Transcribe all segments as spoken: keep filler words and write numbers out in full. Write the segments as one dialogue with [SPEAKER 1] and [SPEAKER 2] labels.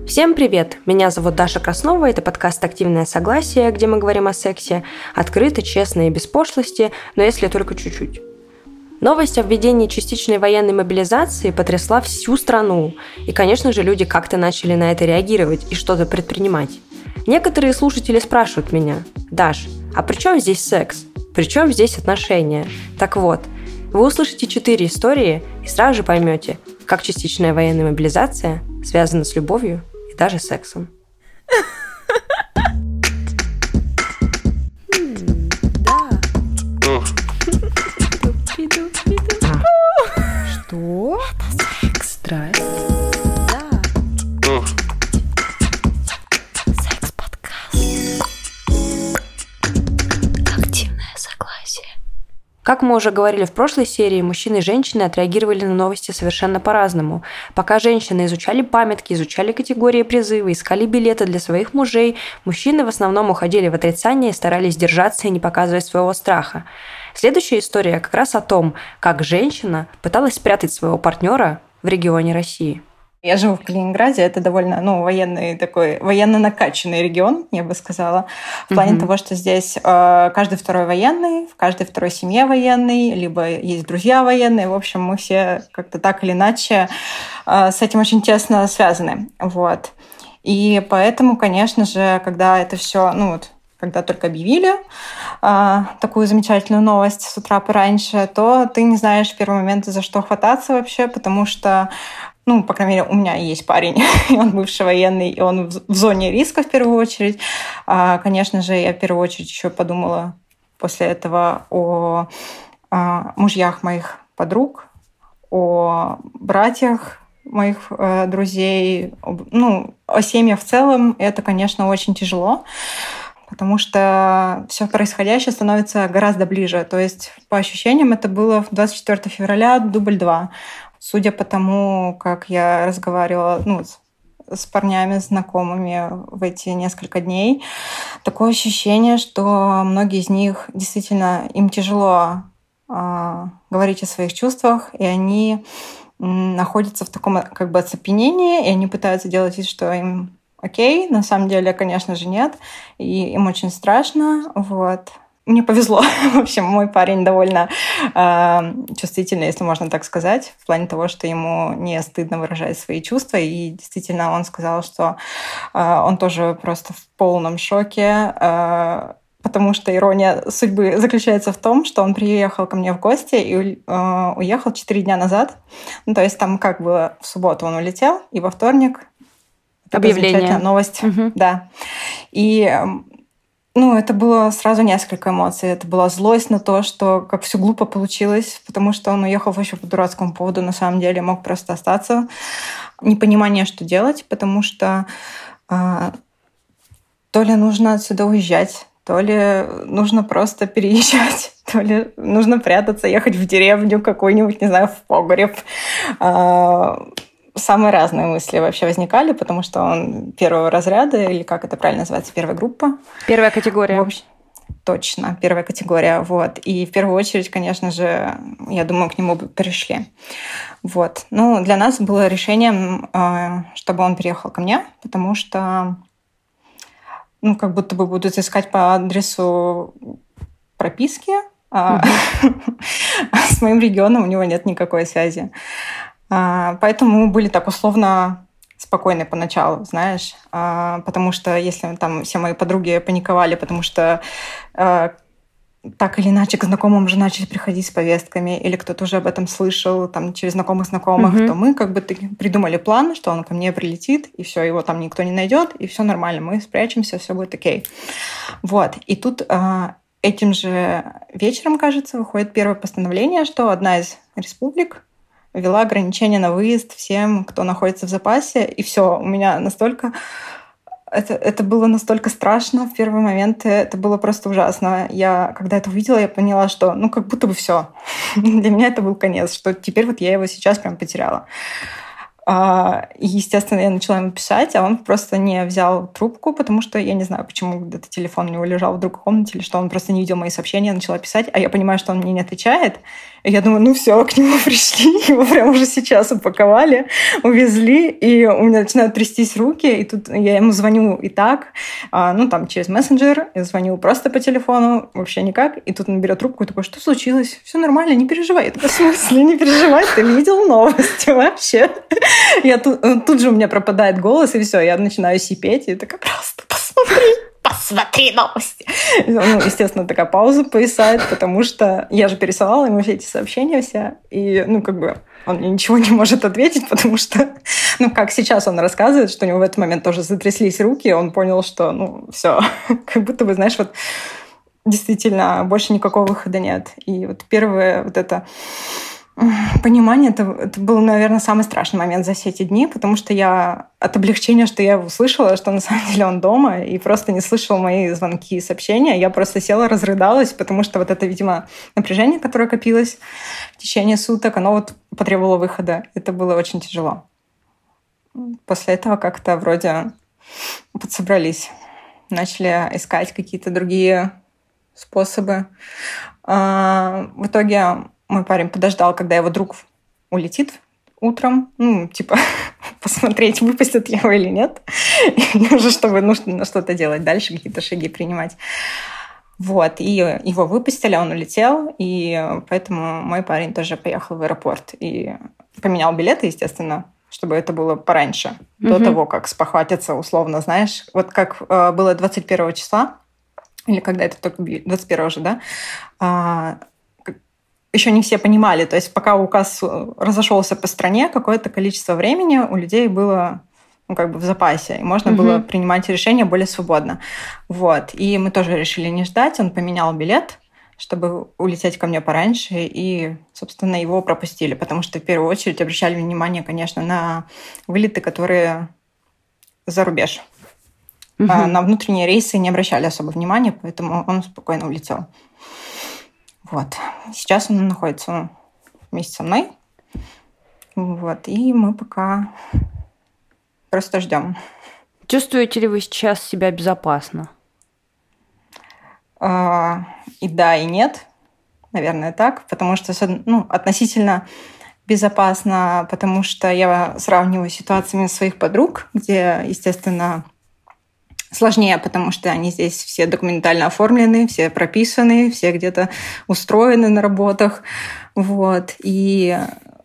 [SPEAKER 1] Всем привет! Меня зовут Даша Краснова, это подкаст «Активное согласие», где мы говорим о сексе открыто, честно и без пошлости, но если только чуть-чуть. Новость о введении частичной военной мобилизации потрясла всю страну, и, конечно же, люди как-то начали на это реагировать и что-то предпринимать. Некоторые слушатели спрашивают меня: «Даш, а при чем здесь секс? При чем здесь отношения?» Так вот, вы услышите четыре истории и сразу же поймете, как частичная военная мобилизация связана с любовью и даже сексом.
[SPEAKER 2] Что?
[SPEAKER 1] Это секс.
[SPEAKER 2] Страсть.
[SPEAKER 1] Да. Секс-подкаст. Активное согласие. Как мы уже говорили в прошлой серии, мужчины и женщины отреагировали на новости совершенно по-разному. Пока женщины изучали памятки, изучали категории призыва, искали билеты для своих мужей, мужчины в основном уходили в отрицание и старались держаться и не показывать своего страха. Следующая история как раз о том, как женщина пыталась спрятать своего партнера в регионе России.
[SPEAKER 3] Я живу в Калининграде, это довольно ну, военный такой, военно накачанный регион, я бы сказала, в плане mm-hmm. того, что здесь э, каждый второй военный, в каждой второй семье военный, либо есть друзья военные, в общем, мы все как-то так или иначе э, с этим очень тесно связаны, вот. И поэтому, конечно же, когда это все, ну вот, когда только объявили э, такую замечательную новость с утра пораньше, то ты не знаешь в первый момент, за что хвататься вообще, потому что, ну, по крайней мере, у меня есть парень, и он бывший военный, и он в зоне риска в первую очередь. А, конечно же, я в первую очередь еще подумала после этого о, о мужьях моих подруг, о братьях моих э, друзей, об, ну, о семьях в целом. Это, конечно, очень тяжело, потому что все происходящее становится гораздо ближе. То есть, по ощущениям, это было двадцать четвёртого февраля, дубль два. Судя по тому, как я разговаривала ну, с, с парнями, знакомыми в эти несколько дней, такое ощущение, что многие из них действительно им тяжело э, говорить о своих чувствах, и они э, находятся в таком как бы оцепенении, и они пытаются делать вид, что им окей, на самом деле, конечно же, нет, и им очень страшно, вот. Мне повезло. В общем, мой парень довольно э, чувствительный, если можно так сказать, в плане того, что ему не стыдно выражать свои чувства. И действительно, он сказал, что э, он тоже просто в полном шоке, э, потому что ирония судьбы заключается в том, что он приехал ко мне в гости и э, уехал четыре дня назад. Ну, то есть там как было в субботу он улетел, и во вторник
[SPEAKER 1] объявление.
[SPEAKER 3] Новость.
[SPEAKER 1] Угу.
[SPEAKER 3] Да. И Ну, это было сразу несколько эмоций. Это была злость на то, что как все глупо получилось, потому что он уехал вообще по дурацкому поводу, на самом деле мог просто остаться. Непонимание, что делать, потому что а, то ли нужно отсюда уезжать, то ли нужно просто переезжать, то ли нужно прятаться, ехать в деревню какую-нибудь, не знаю, в погреб. А, Самые разные мысли вообще возникали, потому что он первого разряда, или как это правильно называется, первая группа.
[SPEAKER 1] Первая категория.
[SPEAKER 3] В общем, точно, первая категория. Вот. И в первую очередь, конечно же, я думаю, к нему бы пришли. Вот. Ну, для нас было решением, чтобы он переехал ко мне, потому что ну, как будто бы будут искать по адресу прописки, а с моим регионом у него нет никакой связи. Поэтому мы были так условно спокойны поначалу, знаешь, потому что если там все мои подруги паниковали, потому что так или иначе к знакомым уже начали приходить с повестками, или кто-то уже об этом слышал там, через знакомых знакомых, mm-hmm. то мы как бы придумали план, что он ко мне прилетит, и все, его там никто не найдет, и все нормально, мы спрячемся, все будет окей. Вот. И тут этим же вечером, кажется, выходит первое постановление, что одна из республик ввела ограничения на выезд всем, кто находится в запасе. И все, у меня настолько... Это, это было настолько страшно в первый момент. Это было просто ужасно. Я, когда это увидела, я поняла, что ну как будто бы все. Для меня это был конец, что теперь вот я его сейчас прям потеряла. И, естественно, я начала ему писать, а он просто не взял трубку, потому что я не знаю, почему где-то телефон у него лежал в другой комнате или что, он просто не видел мои сообщения, я начала писать, а я понимаю, что он мне не отвечает. И я думаю, ну все, к нему пришли, его прямо уже сейчас упаковали, увезли, и у меня начинают трястись руки, и тут я ему звоню и так, ну там через мессенджер, я звоню просто по телефону, вообще никак, и тут он берет трубку и такой, что случилось? Все нормально, не переживай. Я такая, в смысле, не переживай, ты видел новости вообще? Я тут, тут же у меня пропадает голос, и все, я начинаю сипеть, и такая, просто посмотри, посмотри новости. Ну, естественно, такая пауза повисает, потому что я же пересылала ему все эти сообщения все, и, ну, как бы он мне ничего не может ответить, потому что, ну, как сейчас он рассказывает, что у него в этот момент тоже затряслись руки, он понял, что, ну, все, как будто бы, знаешь, вот действительно больше никакого выхода нет. И вот первое вот это понимание, это, это был, наверное, самый страшный момент за все эти дни, потому что я от облегчения, что я его услышала, что на самом деле он дома, и просто не слышал мои звонки и сообщения. Я просто села, разрыдалась, потому что вот это, видимо, напряжение, которое копилось в течение суток, оно вот потребовало выхода. Это было очень тяжело. После этого как-то вроде подсобрались, начали искать какие-то другие способы. В итоге мой парень подождал, когда его друг улетит утром, ну, типа, посмотреть, выпустят его или нет, и уже чтобы нужно что-то делать дальше, какие-то шаги принимать. Вот, и его выпустили, он улетел, и поэтому мой парень тоже поехал в аэропорт и поменял билеты, естественно, чтобы это было пораньше, mm-hmm. до того, как спохватиться, условно, знаешь. Вот как э, было двадцать первого числа, или когда это только двадцать первого же, да, э, еще не все понимали. То есть пока указ разошелся по стране, какое-то количество времени у людей было, ну, как бы в запасе, и можно угу. было принимать решения более свободно. Вот. И мы тоже решили не ждать. Он поменял билет, чтобы улететь ко мне пораньше, и, собственно, его пропустили, потому что в первую очередь обращали внимание, конечно, на вылеты, которые за рубеж. Угу. А на внутренние рейсы не обращали особо внимания, поэтому он спокойно улетел. Вот. Сейчас он находится вместе со мной. Вот. И мы пока просто ждем.
[SPEAKER 1] Чувствуете ли вы сейчас себя безопасно?
[SPEAKER 3] А, и да, и нет. Наверное, так. Потому что, ну, относительно безопасно, потому что я сравниваю ситуациями своих подруг, где, естественно, сложнее, потому что они здесь все документально оформлены, все прописаны, все где-то устроены на работах. Вот. И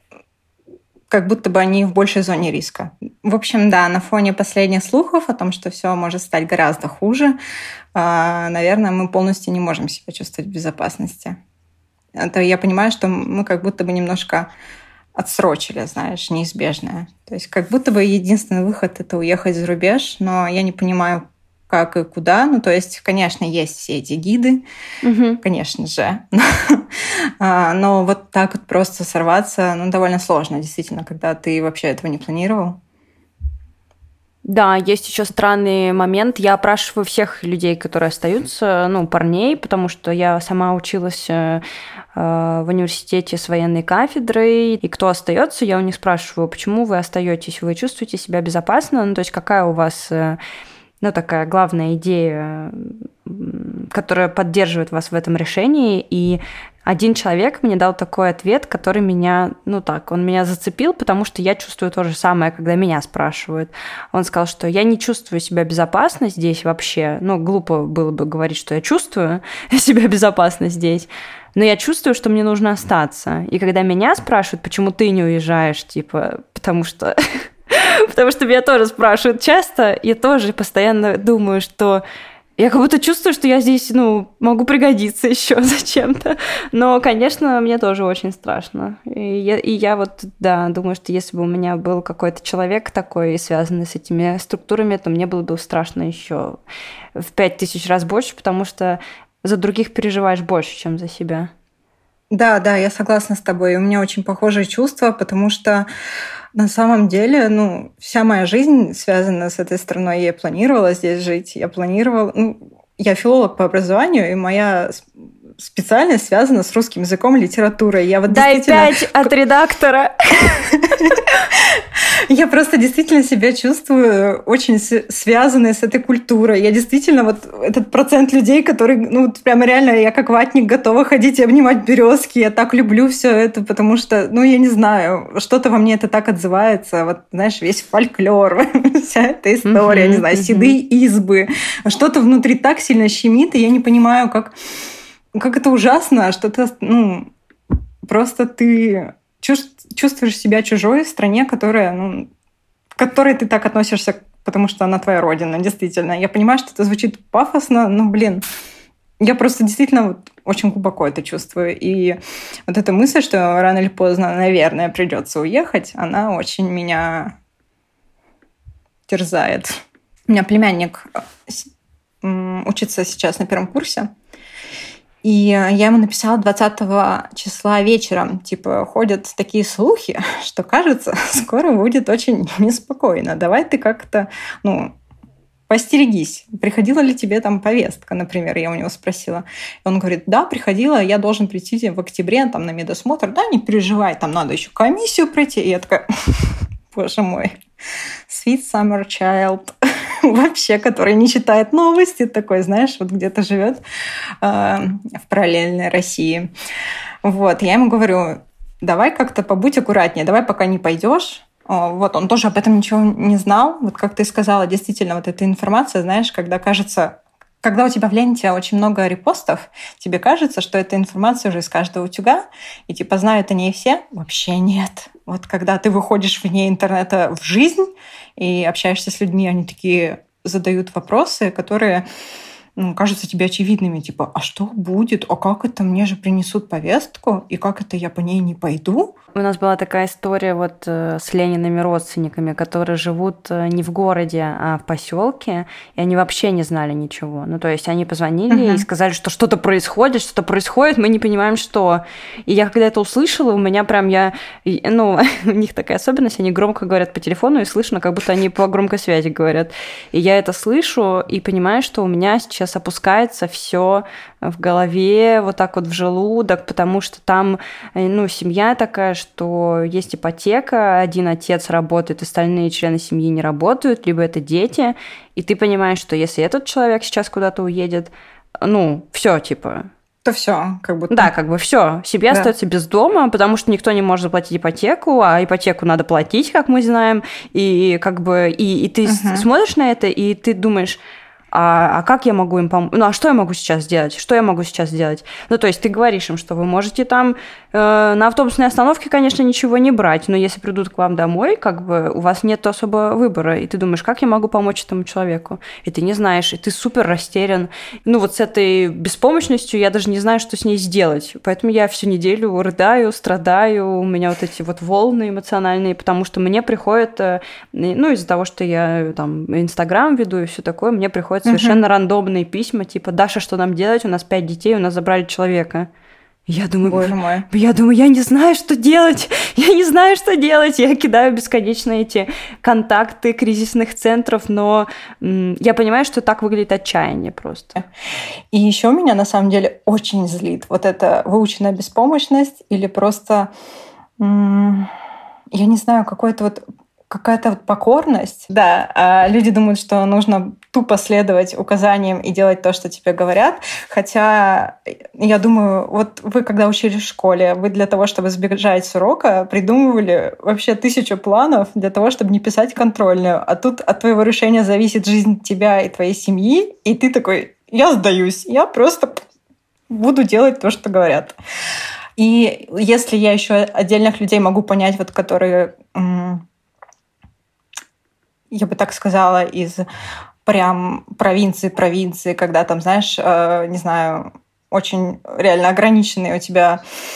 [SPEAKER 3] как будто бы они в большей зоне риска. В общем, да, на фоне последних слухов о том, что все может стать гораздо хуже, наверное, мы полностью не можем себя чувствовать в безопасности. Это я понимаю, что мы как будто бы немножко отсрочили, знаешь, неизбежное. То есть как будто бы единственный выход — это уехать за рубеж, но я не понимаю, как и куда. Ну, то есть, конечно, есть все эти гиды, угу. конечно же. Но вот так вот просто сорваться, ну, довольно сложно, действительно, когда ты вообще этого не планировал.
[SPEAKER 1] Да, есть еще странный момент. Я опрашиваю всех людей, которые остаются, ну, парней, потому что я сама училась э, в университете с военной кафедрой, и кто остается, я у них спрашиваю, почему вы остаетесь, вы чувствуете себя безопасно, ну, то есть какая у вас, э, ну, такая главная идея, которая поддерживает вас в этом решении, и один человек мне дал такой ответ, который меня, ну так, он меня зацепил, потому что я чувствую то же самое, когда меня спрашивают. Он сказал, что я не чувствую себя безопасно здесь вообще. Ну, глупо было бы говорить, что я чувствую себя безопасно здесь, но я чувствую, что мне нужно остаться. И когда меня спрашивают, почему ты не уезжаешь, типа, потому что... Потому что меня тоже спрашивают часто, я тоже постоянно думаю, что... Я как будто чувствую, что я здесь, ну, могу пригодиться еще зачем-то. Но, конечно, мне тоже очень страшно. И я, и я вот, да, думаю, что если бы у меня был какой-то человек такой, связанный с этими структурами, то мне было бы страшно еще в пять тысяч раз больше, потому что за других переживаешь больше, чем за себя.
[SPEAKER 3] Да, да, я согласна с тобой. У меня очень похожие чувства, потому что на самом деле, ну, вся моя жизнь связана с этой страной. Я планировала здесь жить, я планировала... Ну, я филолог по образованию, и моя специальность связана с русским языком и литературой. Я вот
[SPEAKER 1] Дай
[SPEAKER 3] действительно...
[SPEAKER 1] пять от редактора.
[SPEAKER 3] Я просто действительно себя чувствую очень связанной с этой культурой. Я действительно вот этот процент людей, которые, ну, вот прямо реально, я как ватник готова ходить и обнимать березки. Я так люблю все это, потому что, ну, я не знаю, что-то во мне это так отзывается. Вот, знаешь, весь фольклор, вся эта история, не знаю, седые избы. Что-то внутри так сильно щемит, и я не понимаю, как, как это ужасно, что-то, ну, просто ты... чувствуешь себя чужой в стране, которая, ну, к которой ты так относишься, потому что она твоя родина, действительно. Я понимаю, что это звучит пафосно, но, блин, я просто действительно вот очень глубоко это чувствую. И вот эта мысль, что рано или поздно, наверное, придется уехать, она очень меня терзает. У меня племянник учится сейчас на первом курсе, и я ему написала двадцатого числа вечером, типа, ходят такие слухи, что, кажется, скоро будет очень неспокойно. Давай ты как-то, ну, постерегись. Приходила ли тебе там повестка, например, я у него спросила. И он говорит, да, приходила, я должен прийти в октябре там на медосмотр. Да, не переживай, там надо еще комиссию пройти. И я такая, боже мой, sweet summer child. Вообще, который не читает новости, такой, знаешь, вот где-то живет э, в параллельной России. Вот, я ему говорю, давай как-то побудь аккуратнее, давай пока не пойдешь. Вот, он тоже об этом ничего не знал. Вот как ты сказала, действительно, вот эта информация, знаешь, когда кажется, когда у тебя в ленте очень много репостов, тебе кажется, что эта информация уже из каждого утюга, и типа знают о ней все. Вообще нет. Вот когда ты выходишь вне интернета в жизнь и общаешься с людьми, они такие задают вопросы, которые, ну, кажутся тебе очевидными. Типа, а что будет? А как это? Мне же принесут повестку, и как это я по ней не пойду?
[SPEAKER 1] У нас была такая история вот с Лениными родственниками, которые живут не в городе, а в поселке, и они вообще не знали ничего. Ну, то есть они позвонили uh-huh. и сказали, что что-то происходит, что-то происходит, мы не понимаем, что. И я когда это услышала, у меня прям я... Ну, у них такая особенность, они громко говорят по телефону, и слышно, как будто они по громкой связи говорят. И я это слышу и понимаю, что у меня сейчас опускается все в голове, вот так вот в желудок, потому что там, ну, семья такая, что есть ипотека, один отец работает, остальные члены семьи не работают, либо это дети, и ты понимаешь, что если этот человек сейчас куда-то уедет, ну, все, типа...
[SPEAKER 3] То все, как будто...
[SPEAKER 1] Да, как бы все. Семья да. остается без дома, потому что никто не может заплатить ипотеку, а ипотеку надо платить, как мы знаем, и как бы... И, и ты uh-huh. смотришь на это, и ты думаешь... А, а как я могу им помочь? Ну, а что я могу сейчас сделать? Что я могу сейчас сделать? Ну, то есть ты говоришь им, что вы можете там э, на автобусной остановке, конечно, ничего не брать, но если придут к вам домой, как бы у вас нет особо выбора, и ты думаешь, как я могу помочь этому человеку? И ты не знаешь, и ты супер растерян. Ну, вот с этой беспомощностью я даже не знаю, что с ней сделать. Поэтому я всю неделю рыдаю, страдаю, у меня вот эти вот волны эмоциональные, потому что мне приходит, ну, из-за того, что я там Инстаграм веду и все такое, мне приходит совершенно uh-huh. рандомные письма, типа, Даша, что нам делать? У нас пять детей, у нас забрали человека. Я думаю,
[SPEAKER 3] Боже мой.
[SPEAKER 1] Я думаю, я не знаю, что делать. Я не знаю, что делать. Я кидаю бесконечно эти контакты кризисных центров, но м, я понимаю, что так выглядит отчаяние просто.
[SPEAKER 3] И еще меня на самом деле очень злит вот эта выученная беспомощность или просто, м, я не знаю, какой-то вот какая-то вот покорность. Да, а люди думают, что нужно тупо следовать указаниям и делать то, что тебе говорят. Хотя, я думаю, вот вы, когда учились в школе, вы для того, чтобы сбежать с урока, придумывали вообще тысячу планов для того, чтобы не писать контрольную. А тут от твоего решения зависит жизнь тебя и твоей семьи, и ты такой, я сдаюсь, я просто буду делать то, что говорят. И если я еще отдельных людей могу понять, вот которые... я бы так сказала, из прям провинции, провинции, когда там, знаешь, э, не знаю, очень реально ограниченный у тебя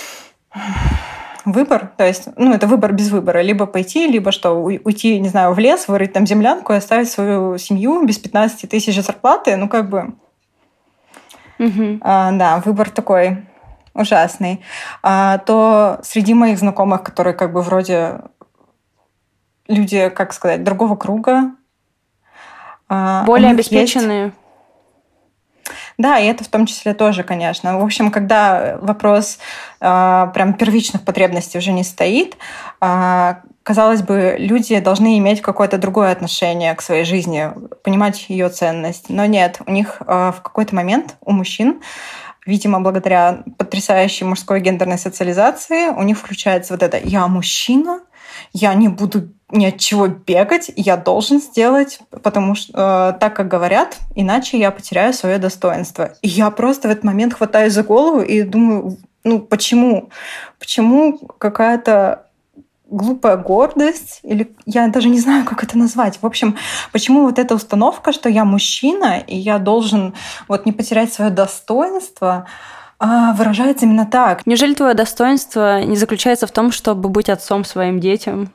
[SPEAKER 3] выбор. То есть, ну, это выбор без выбора. Либо пойти, либо что, уйти, не знаю, в лес, вырыть там землянку и оставить свою семью без пятнадцати тысяч зарплаты. Ну, как бы...
[SPEAKER 1] Mm-hmm.
[SPEAKER 3] А, да, выбор такой ужасный. А, то среди моих знакомых, которые как бы вроде... люди, как сказать, другого круга.
[SPEAKER 1] Более обеспеченные.
[SPEAKER 3] Есть... Да, и это в том числе тоже, конечно. В общем, когда вопрос э, прям первичных потребностей уже не стоит, э, казалось бы, люди должны иметь какое-то другое отношение к своей жизни, понимать ее ценность. Но нет, у них э, в какой-то момент, у мужчин, видимо, благодаря потрясающей мужской гендерной социализации, у них включается вот это «я мужчина», я не буду ни от чего бегать, я должен сделать, потому что э, так, как говорят, иначе я потеряю свое достоинство. И я просто в этот момент хватаюсь за голову и думаю, ну почему? Почему какая-то глупая гордость, или я даже не знаю, как это назвать. В общем, почему вот эта установка, что я мужчина, и я должен вот не потерять свое достоинство, выражается именно так.
[SPEAKER 1] Неужели твое достоинство не заключается в том, чтобы быть отцом своим детям?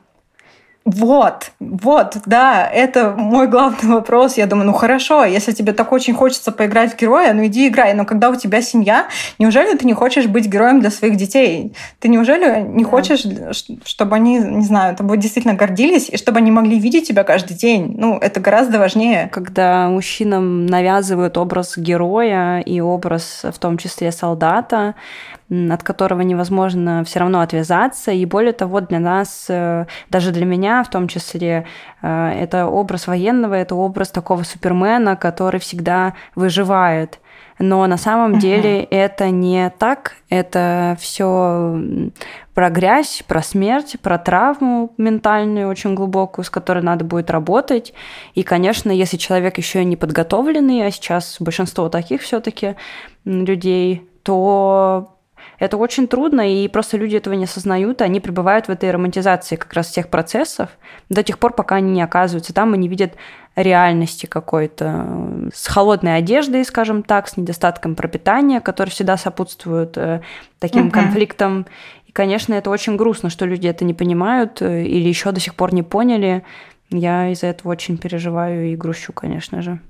[SPEAKER 3] Вот, вот, да, это мой главный вопрос. Я думаю, ну хорошо, если тебе так очень хочется поиграть в героя, ну иди играй. Но когда у тебя семья, неужели ты не хочешь быть героем для своих детей? Ты неужели не да. хочешь, чтобы они, не знаю, тобой действительно гордились, и чтобы они могли видеть тебя каждый день? Ну, это гораздо важнее.
[SPEAKER 1] Когда мужчинам навязывают образ героя и образ, в том числе, солдата, от которого невозможно все равно отвязаться. И более того, для нас, даже для меня в том числе, это образ военного, это образ такого супермена, который всегда выживает. Но на самом uh-huh. деле это не так. Это все про грязь, про смерть, про травму ментальную очень глубокую, с которой надо будет работать. И, конечно, если человек еще не подготовленный, а сейчас большинство таких все-таки людей, то это очень трудно, и просто люди этого не осознают, они пребывают в этой романтизации как раз всех процессов до тех пор, пока они не оказываются там и не видят реальности какой-то, с холодной одеждой, скажем так, с недостатком пропитания, который всегда сопутствует таким uh-huh. конфликтам. И, конечно, это очень грустно, что люди это не понимают или еще до сих пор не поняли. Я из-за этого очень переживаю и грущу, конечно же.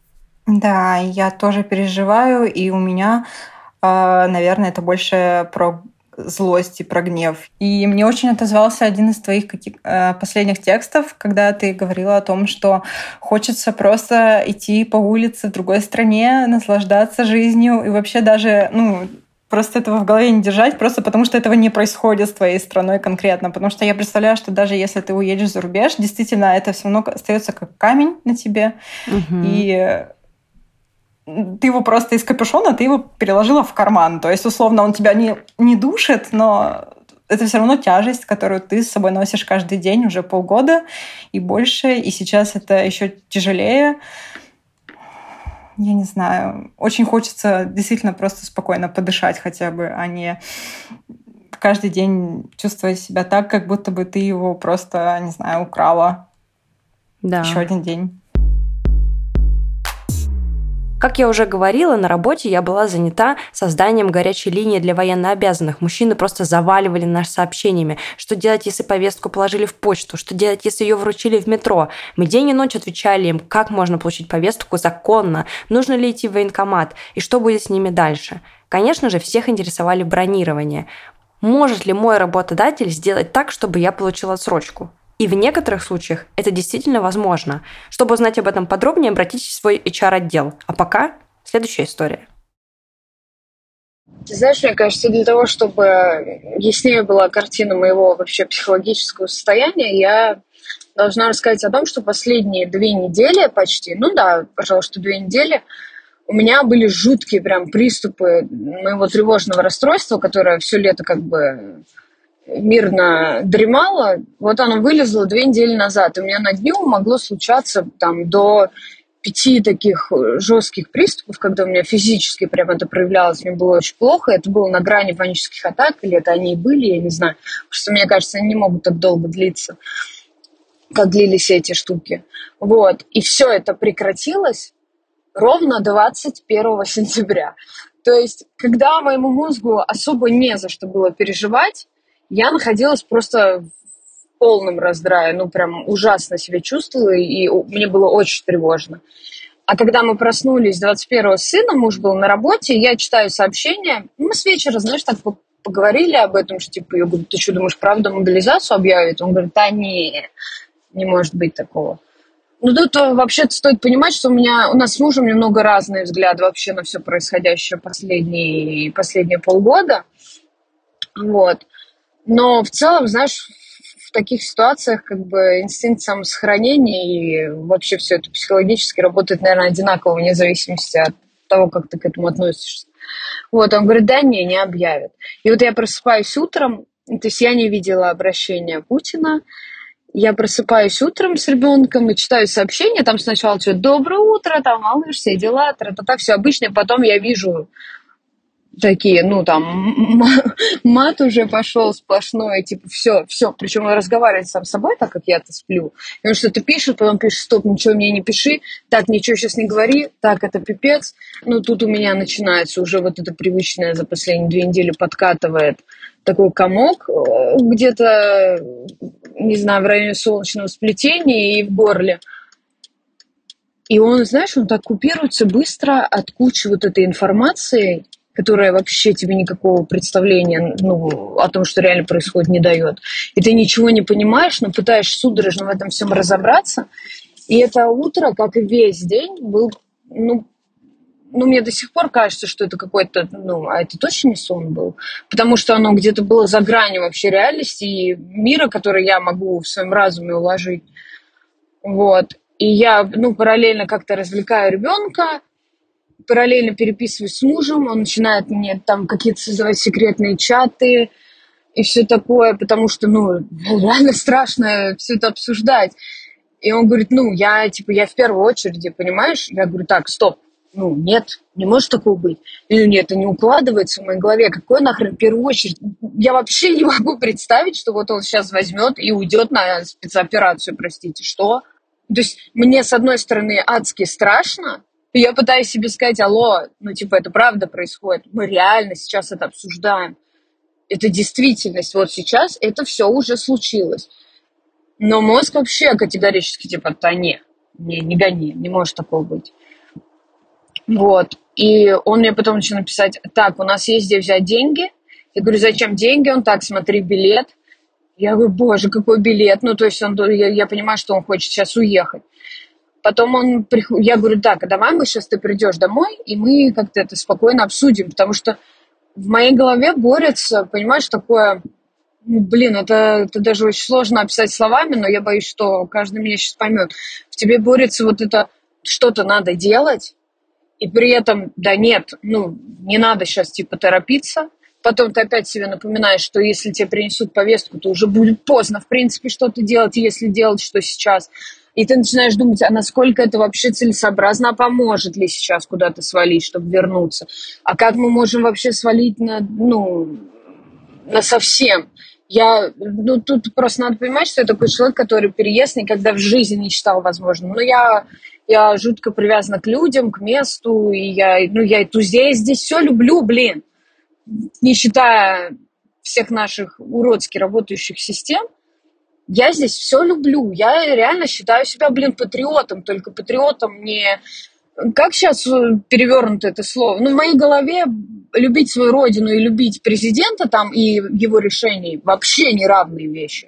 [SPEAKER 3] Да, я тоже переживаю, и у меня... Наверное, это больше про злость и про гнев. И мне очень отозвался один из твоих каких, последних текстов, когда ты говорила о том, что хочется просто идти по улице в другой стране, наслаждаться жизнью и вообще даже, ну, просто этого в голове не держать, просто потому что этого не происходит с твоей страной конкретно. Потому что я представляю, что даже если ты уедешь за рубеж, действительно, это все равно остается как камень на тебе. Угу. И ты его просто из капюшона, ты его переложила в карман. То есть, условно, он тебя не, не душит, но это все равно тяжесть, которую ты с собой носишь каждый день уже полгода и больше. И сейчас это еще тяжелее. Я не знаю. Очень хочется действительно просто спокойно подышать хотя бы, а не каждый день чувствовать себя так, как будто бы ты его просто, не знаю, украла. Да. Еще один день.
[SPEAKER 1] Как я уже говорила, на работе я была занята созданием горячей линии для военнообязанных. Мужчины просто заваливали нас сообщениями. Что делать, если повестку положили в почту? Что делать, если ее вручили в метро? Мы день и ночь отвечали им, как можно получить повестку законно, нужно ли идти в военкомат и что будет с ними дальше. Конечно же, всех интересовали бронирование. Может ли мой работодатель сделать так, чтобы я получила отсрочку? И в некоторых случаях это действительно возможно. Чтобы узнать об этом подробнее, обратитесь в свой эйч ар-отдел. А пока следующая история.
[SPEAKER 2] Ты знаешь, мне кажется, для того, чтобы яснее была картина моего вообще психологического состояния, я должна рассказать о том, что последние две недели почти, ну да, пожалуй, что две недели, у меня были жуткие прям приступы моего тревожного расстройства, которое все лето как бы мирно дремало. Вот оно вылезло две недели назад. И у меня на дню могло случаться там до пяти таких жестких приступов, когда у меня физически прям это проявлялось, мне было очень плохо. Это было на грани панических атак, или это они и были, я не знаю. Просто мне кажется, они не могут так долго длиться, как длились эти штуки. Вот. И все это прекратилось ровно двадцать первого сентября. То есть, когда моему мозгу особо не за что было переживать, я находилась просто в полном раздрае, ну, прям ужасно себя чувствовала, и мне было очень тревожно. А когда мы проснулись двадцать первого с сыном, муж был на работе, я читаю сообщения, мы с вечера, знаешь, так поговорили об этом, что, типа, я говорю, ты что, думаешь, правда мобилизацию объявят? Он говорит, да не, не может быть такого. Ну, тут вообще стоит понимать, что у меня, у нас с мужем немного разные взгляды вообще на все происходящее последние, последние полгода. Вот. Но в целом, знаешь, в таких ситуациях как бы инстинкт самосохранения и вообще все это психологически работает, наверное, одинаково, вне зависимости от того, как ты к этому относишься. Вот, он говорит, да не, не объявят. И вот я просыпаюсь утром, то есть я не видела обращения Путина, я просыпаюсь утром с ребенком и читаю сообщения, там сначала что-то «Доброе утро», там «Малыш, все дела», тра-та-та, все обычное, потом я вижу такие, ну, там, мат уже пошел сплошной, типа, все, все. Причем он разговаривает сам с собой, так как я-то сплю. И он что-то пишет, потом пишет, стоп, ничего мне не пиши, так, ничего сейчас не говори, так, это пипец. Ну, тут у меня начинается уже вот это привычное за последние две недели подкатывает такой комок где-то, не знаю, в районе солнечного сплетения и в горле. И он, знаешь, он так купируется быстро от кучи вот этой информации, которая вообще тебе никакого представления, ну, о том, что реально происходит, не дает. И ты ничего не понимаешь, но пытаешься судорожно в этом всем разобраться. И это утро, как и весь день, был, ну, ну, мне до сих пор кажется, что это какой-то, ну, а это точно не сон был, потому что оно где-то было за гранью вообще реальности и мира, который я могу в своем разуме уложить. Вот. И я, ну, параллельно как-то развлекаю ребенка, параллельно переписываюсь с мужем, он начинает мне там какие-то создавать секретные чаты и все такое, потому что, ну, реально страшно все это обсуждать. И он говорит, ну, я, типа, я в первую очередь, понимаешь? Я говорю, так, стоп, ну, нет, не может такого быть. Или нет, это не укладывается в моей голове. Какой нахрен в первую очередь? Я вообще не могу представить, что вот он сейчас возьмет и уйдет на спецоперацию, простите, что? То есть мне, с одной стороны, адски страшно, и я пытаюсь себе сказать, алло, ну, типа, это правда происходит, мы реально сейчас это обсуждаем. Это действительность, вот сейчас это все уже случилось. Но мозг вообще категорически, типа, да не, не, не гони, не может такого быть. Вот. И он мне потом начал писать, так, у нас есть где взять деньги. Я говорю, зачем деньги? Он, так, смотри, билет. Я говорю, боже, какой билет? Ну, то есть он, я, я понимаю, что он хочет сейчас уехать. Потом он, я говорю, так, а давай мы сейчас, ты придешь домой, и мы как-то это спокойно обсудим, потому что в моей голове борется, понимаешь, такое, ну, блин, это, это даже очень сложно описать словами, но я боюсь, что каждый меня сейчас поймет. В тебе борется вот это, что-то надо делать, и при этом, да нет, ну, не надо сейчас, типа, торопиться. Потом ты опять себе напоминаешь, что если тебе принесут повестку, то уже будет поздно, в принципе, что-то делать, если делать, что сейчас. И ты начинаешь думать, а насколько это вообще целесообразно, а поможет ли сейчас куда-то свалить, чтобы вернуться. А как мы можем вообще свалить на, ну, на совсем? Я, ну, тут просто надо понимать, что я такой человек, который переезд никогда в жизни не считал возможным. Но я, я жутко привязана к людям, к месту, и я, ну, я и тузей здесь все люблю, блин. Не считая всех наших уродски работающих систем, я здесь все люблю. Я реально считаю себя, блин, патриотом. Только патриотом не... Как сейчас перевернуто это слово? Ну, в моей голове любить свою родину и любить президента там и его решений вообще не равные вещи.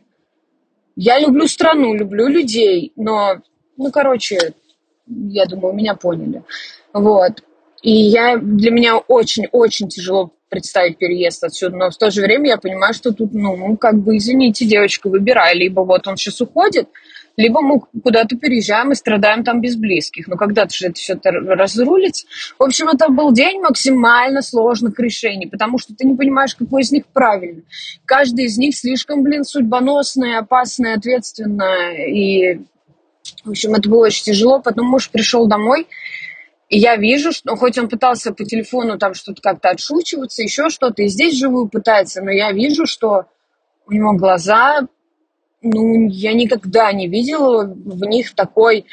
[SPEAKER 2] Я люблю страну, люблю людей, но, ну, короче, я думаю, меня поняли. Вот. И я, для меня очень-очень тяжело представить переезд отсюда, но в то же время я понимаю, что тут, ну, как бы, извините, девочка, выбирай, либо вот он сейчас уходит, либо мы куда-то переезжаем и страдаем там без близких. Но когда-то же это все это разрулится. В общем, это был день максимально сложных решений, потому что ты не понимаешь, какой из них правильный. Каждый из них слишком, блин, судьбоносный, опасный, ответственный. И, в общем, это было очень тяжело. Потом муж пришел домой, и я вижу, что хоть он пытался по телефону там что-то как-то отшучиваться, еще что-то, и здесь живую пытается, но я вижу, что у него глаза, ну, я никогда не видела в них такой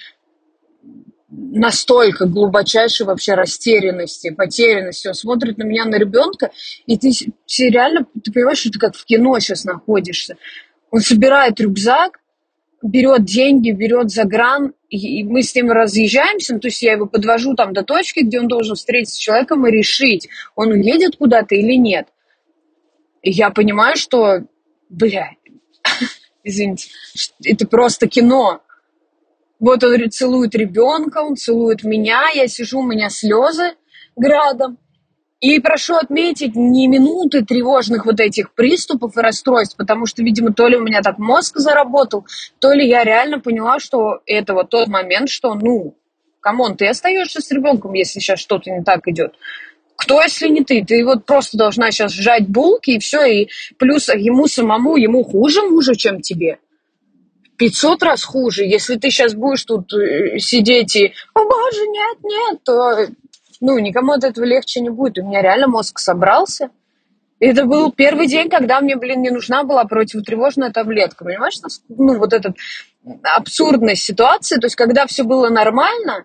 [SPEAKER 2] настолько глубочайшей вообще растерянности, потерянности. Он смотрит на меня, на ребенка, и ты все реально, ты понимаешь, что ты как в кино сейчас находишься. Он собирает рюкзак, берет деньги, берет загран, и мы с ним разъезжаемся, ну, то есть я его подвожу там до точки, где он должен встретиться с человеком и решить, он уедет куда-то или нет. И я понимаю, что, бля, извините, это просто кино. Вот он целует ребенка, он целует меня, я сижу, у меня слезы градом. И прошу отметить, не минуты тревожных вот этих приступов и расстройств, потому что, видимо, то ли у меня так мозг заработал, то ли я реально поняла, что это вот тот момент, что, ну, камон, ты остаешься с ребенком, если сейчас что-то не так идет. Кто, если не ты? Ты вот просто должна сейчас сжать булки, и все, и плюс ему самому, ему хуже мужа, чем тебе. пятьсот раз хуже. Если ты сейчас будешь тут сидеть и «О, боже, нет, нет», то... Ну, никому от этого легче не будет. У меня реально мозг собрался. И это был первый день, когда мне, блин, не нужна была противотревожная таблетка. Понимаешь, ну, вот эта абсурдная ситуация. То есть, когда все было нормально,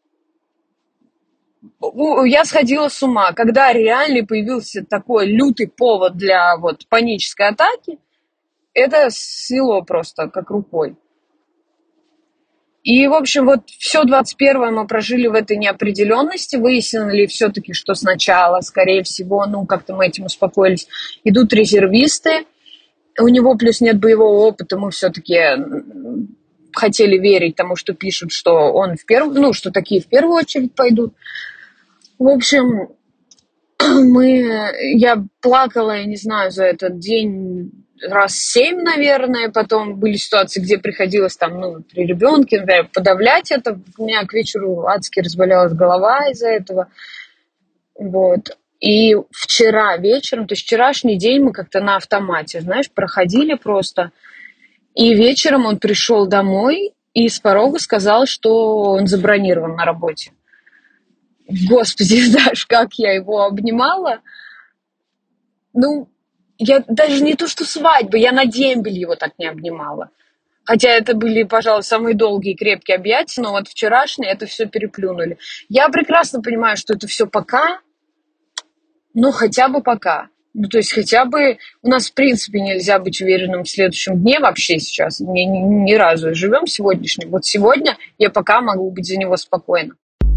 [SPEAKER 2] я сходила с ума. Когда реально появился такой лютый повод для вот панической атаки, это сняло просто как рукой. И, в общем, вот все двадцать первое мы прожили в этой неопределенности, выяснили все-таки, что сначала, скорее всего, ну, как-то мы этим успокоились, идут резервисты, у него плюс нет боевого опыта, мы все-таки хотели верить тому, что пишут, что он в первую, ну, что такие в первую очередь пойдут. В общем, мы, я плакала, я не знаю, за этот день раз семь, наверное, потом были ситуации, где приходилось там, ну, при ребенке, например, подавлять это. У меня к вечеру адски разболелась голова из-за этого. Вот. И вчера вечером, то есть вчерашний день мы как-то на автомате, знаешь, проходили просто. И вечером он пришел домой и с порога сказал, что он забронирован на работе. Господи, знаешь, как я его обнимала. Ну, я даже не то, что свадьба, я на дембель его так не обнимала. Хотя это были, пожалуй, самые долгие и крепкие объятия, но вот вчерашние это все переплюнули. Я прекрасно понимаю, что это все пока, но хотя бы пока. Ну, то есть хотя бы у нас, в принципе, нельзя быть уверенным в следующем дне вообще сейчас. Ни, ни, ни разу. Живем сегодняшним. Вот сегодня я пока могу быть за него спокойна.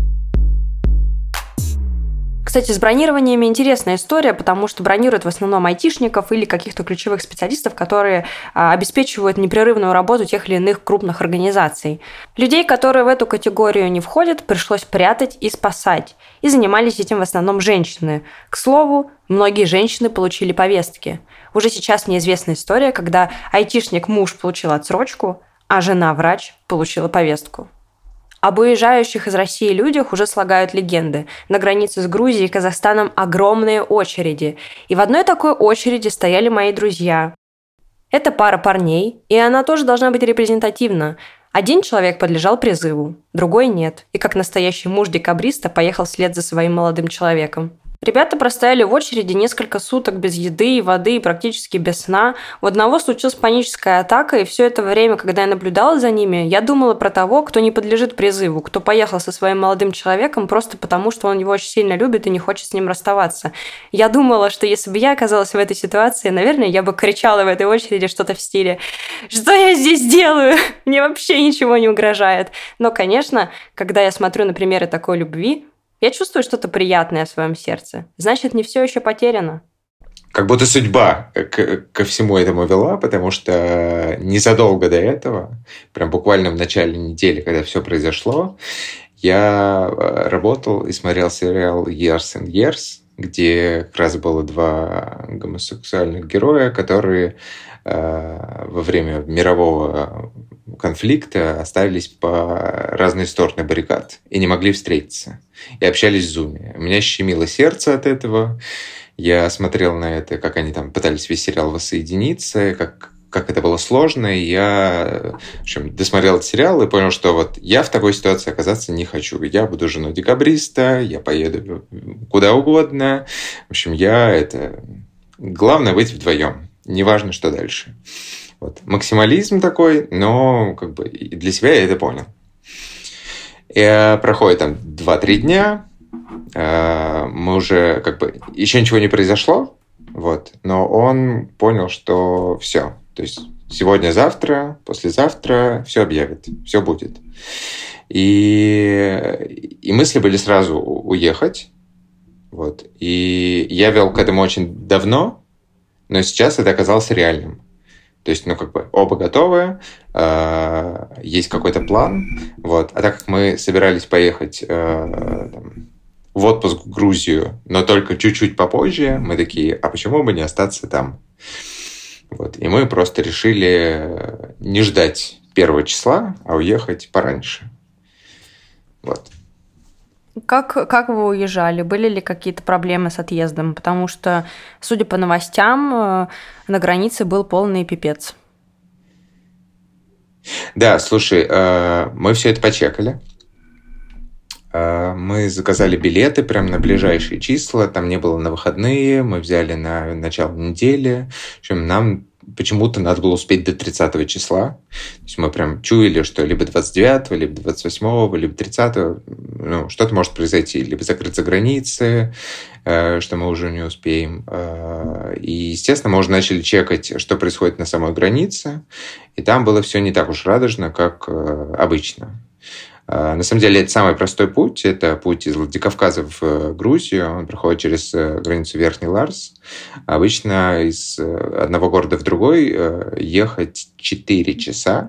[SPEAKER 1] Кстати, с бронированиями интересная история, потому что бронируют в основном айтишников или каких-то ключевых специалистов, которые а, обеспечивают непрерывную работу тех или иных крупных организаций. Людей, которые в эту категорию не входят, пришлось прятать и спасать. И занимались этим в основном женщины. К слову, многие женщины получили повестки. Уже сейчас мне известна история, когда айтишник-муж получил отсрочку, а жена-врач получила повестку. Об уезжающих из России людях уже слагают легенды. На границе с Грузией и Казахстаном огромные очереди. И в одной такой очереди стояли мои друзья. Это пара парней, и она тоже должна быть репрезентативна. Один человек подлежал призыву, другой нет. И как настоящий муж декабриста поехал вслед за своим молодым человеком. Ребята простояли в очереди несколько суток без еды и воды и практически без сна. У одного случилась паническая атака, и все это время, когда я наблюдала за ними, я думала про того, кто не подлежит призыву, кто поехал со своим молодым человеком просто потому, что он его очень сильно любит и не хочет с ним расставаться. Я думала, что если бы я оказалась в этой ситуации, наверное, я бы кричала в этой очереди что-то в стиле «Что я здесь делаю? Мне вообще ничего не угрожает». Но, конечно, когда я смотрю на примеры такой любви, я чувствую что-то приятное в своем сердце. Значит, не все еще потеряно.
[SPEAKER 4] Как будто судьба к, ко всему этому вела, потому что незадолго до этого, прям буквально в начале недели, когда все произошло, я работал и смотрел сериал Years and Years, где как раз было два гомосексуальных героя, которые э, во время мирового конфликта остались по разные стороны баррикад и не могли встретиться. И общались в зуме. У меня щемило сердце от этого. Я смотрел на это, как они там пытались весь сериал воссоединиться, как, как это было сложно. И я, в общем, досмотрел этот сериал и понял, что вот я в такой ситуации оказаться не хочу. Я буду женой декабриста, я поеду куда угодно. В общем, я это... Главное быть вдвоем. Неважно, что дальше. Вот. Максимализм такой, но как бы для себя я это понял. И проходит там два-три дня, мы уже как бы... Еще ничего не произошло, вот, но он понял, что все. То есть сегодня-завтра, послезавтра все объявят, все будет. И, и мысли были сразу уехать. Вот. И я вел к этому очень давно, но сейчас это оказалось реальным. То есть, ну, как бы оба готовы, э, есть какой-то план, вот. А так как мы собирались поехать э, там, в отпуск в Грузию, но только чуть-чуть попозже, мы такие, а почему бы не остаться там? Вот. И мы просто решили не ждать первого числа, а уехать пораньше. Вот.
[SPEAKER 1] Как, как вы уезжали? Были ли какие-то проблемы с отъездом? Потому что, судя по новостям, на границе был полный пипец.
[SPEAKER 4] Да, слушай, мы все это почекали. Мы заказали билеты прямо на ближайшие числа. Там не было на выходные. Мы взяли на начало недели. В общем, нам почему-то надо было успеть до тридцатого числа. То есть мы прям чуяли, что либо двадцать девятого, либо двадцать восьмого, либо тридцатого, ну, что-то может произойти. Либо закрыться границы, что мы уже не успеем. И, естественно, мы уже начали чекать, что происходит на самой границе. И там было все не так уж радужно, как обычно. На самом деле, это самый простой путь. Это путь из Владикавказа в Грузию. Он проходит через границу Верхний Ларс. Обычно из одного города в другой ехать четыре часа.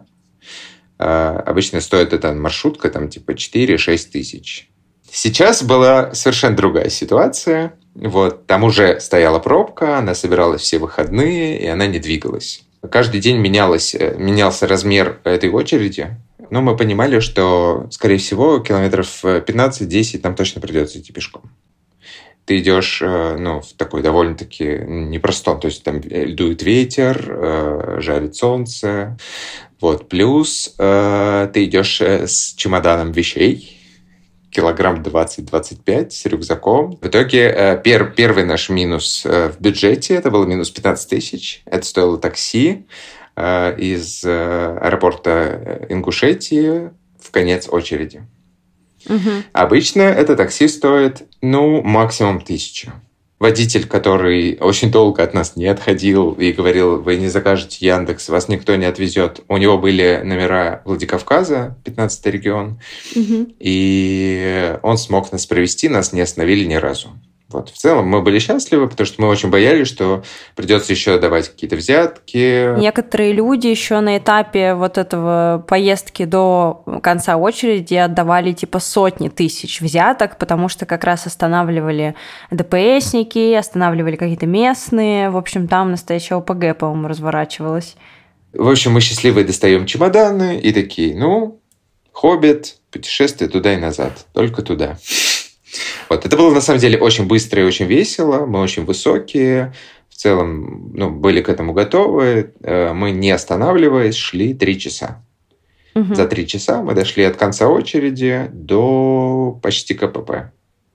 [SPEAKER 4] Обычно стоит эта маршрутка там типа четыре-шесть тысяч. Сейчас была совершенно другая ситуация. Вот, там уже стояла пробка, она собиралась все выходные, и она не двигалась. Каждый день менялось, менялся размер этой очереди. Но мы понимали, что, скорее всего, километров пятнадцать-десять нам точно придется идти пешком. Ты идешь, ну, в такой довольно-таки непростом, то есть там дует ветер, жарит солнце. Вот. Плюс ты идешь с чемоданом вещей, килограмм двадцать-двадцать пять с рюкзаком. В итоге пер, первый наш минус в бюджете, это было минус пятнадцать тысяч. Это стоило такси из аэропорта Ингушетии в конец очереди. Угу. Обычно это такси стоит, ну, максимум тысячу. Водитель, который очень долго от нас не отходил и говорил, вы не закажете Яндекс, вас никто не отвезет. У него были номера Владикавказа, пятнадцатый регион, угу. И он смог нас провести, нас не остановили ни разу. Вот. В целом мы были счастливы, потому что мы очень боялись, что придется еще давать какие-то взятки.
[SPEAKER 1] Некоторые люди еще на этапе вот этого поездки до конца очереди отдавали типа сотни тысяч взяток, потому что как раз останавливали ДПСники, останавливали какие-то местные. В общем, там настоящая ОПГ, по-моему, разворачивалась.
[SPEAKER 4] В общем, мы счастливые достаем чемоданы и такие, ну, Хоббит, путешествие туда и назад, только туда. Вот. Это было, на самом деле, очень быстро и очень весело. Мы очень высокие. В целом, ну, были к этому готовы. Мы, не останавливаясь, шли три часа. Угу. За три часа мы дошли от конца очереди до почти КПП.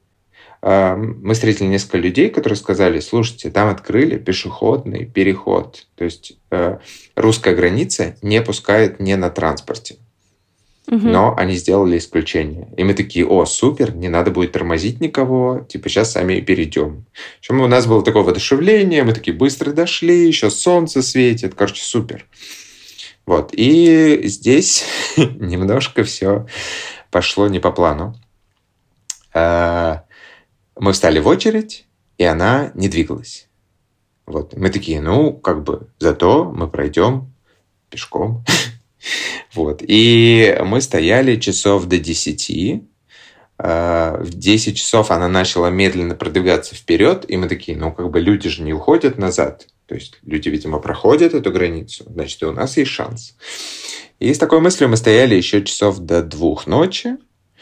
[SPEAKER 4] Мы встретили несколько людей, которые сказали, слушайте, там открыли пешеходный переход. То есть русская граница не пускает не на транспорте. Но они сделали исключение. И мы такие, о, супер, не надо будет тормозить никого, типа сейчас сами и перейдем. В общем, у нас было такое воодушевление, мы такие быстро дошли, еще солнце светит, короче, супер. Вот, и здесь немножко все пошло не по плану. Мы встали в очередь, и она не двигалась. Вот, мы такие, ну, как бы, зато мы пройдем пешком. Вот. И мы стояли часов до десяти. В десять часов она начала медленно продвигаться вперед, и мы такие, ну, как бы люди же не уходят назад. То есть люди, видимо, проходят эту границу, значит, и у нас есть шанс. И с такой мыслью мы стояли еще часов до двух ночи.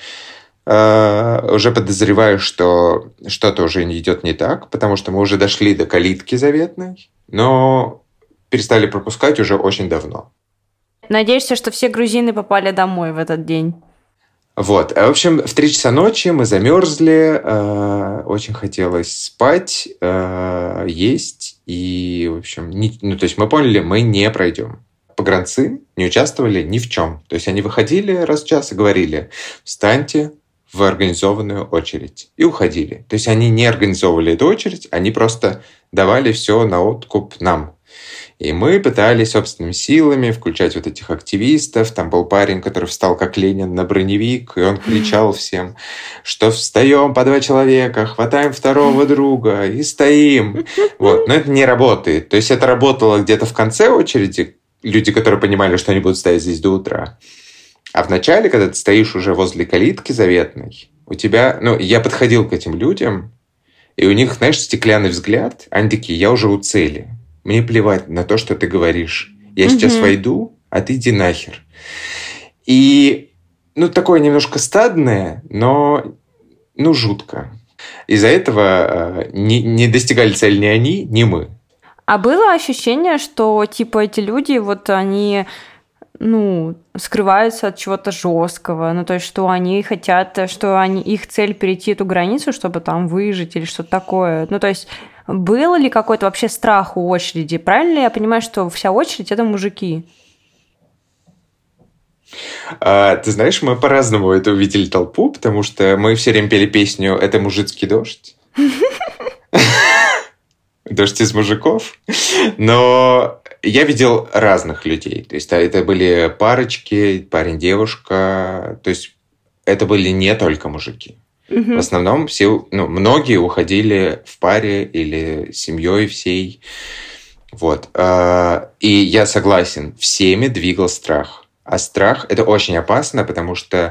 [SPEAKER 4] Уже подозреваю, что что-то уже идет не так, потому что мы уже дошли до калитки заветной, но перестали пропускать уже очень давно.
[SPEAKER 1] Надеешься, что все грузины попали домой в этот день?
[SPEAKER 4] Вот. В общем, в три часа ночи мы замерзли, э, очень хотелось спать, э, есть, и, в общем, не, ну, то есть мы поняли, мы не пройдем. Погранцы не участвовали ни в чем. То есть они выходили раз в час и говорили, встаньте в организованную очередь, и уходили. То есть они не организовывали эту очередь, они просто давали все на откуп нам. И мы пытались собственными силами включать вот этих активистов. Там был парень, который встал как Ленин на броневик, и он кричал всем, что встаем по два человека, хватаем второго друга и стоим. Вот. Но это не работает. То есть это работало где-то в конце очереди, люди, которые понимали, что они будут стоять здесь до утра. А в начале, когда ты стоишь уже возле калитки заветной, у тебя... Ну, я подходил к этим людям, и у них, знаешь, стеклянный взгляд. Они такие, я уже у цели. Мне плевать на то, что ты говоришь. Я mm-hmm. сейчас войду, а ты иди нахер. И, ну, такое немножко стадное, но, ну, жутко. Из-за этого э, не, не достигали цели ни они, ни мы.
[SPEAKER 1] А было ощущение, что, типа, эти люди, вот они, ну, скрываются от чего-то жесткого, ну, то есть, что они хотят, что они, их цель перейти эту границу, чтобы там выжить или что-то такое. Ну, то есть... Был ли какой-то вообще страх у очереди? Правильно ли я понимаю, что вся очередь – это мужики?
[SPEAKER 4] А, ты знаешь, мы по-разному это увидели толпу, потому что мы все время пели песню «Это мужицкий дождь». Дождь из мужиков. Но я видел разных людей. То есть это были парочки, парень-девушка. То есть это были не только мужики. Mm-hmm. В основном все, ну, многие уходили в паре или с семьей всей. Вот. И я согласен, всеми двигал страх. А страх – это очень опасно, потому что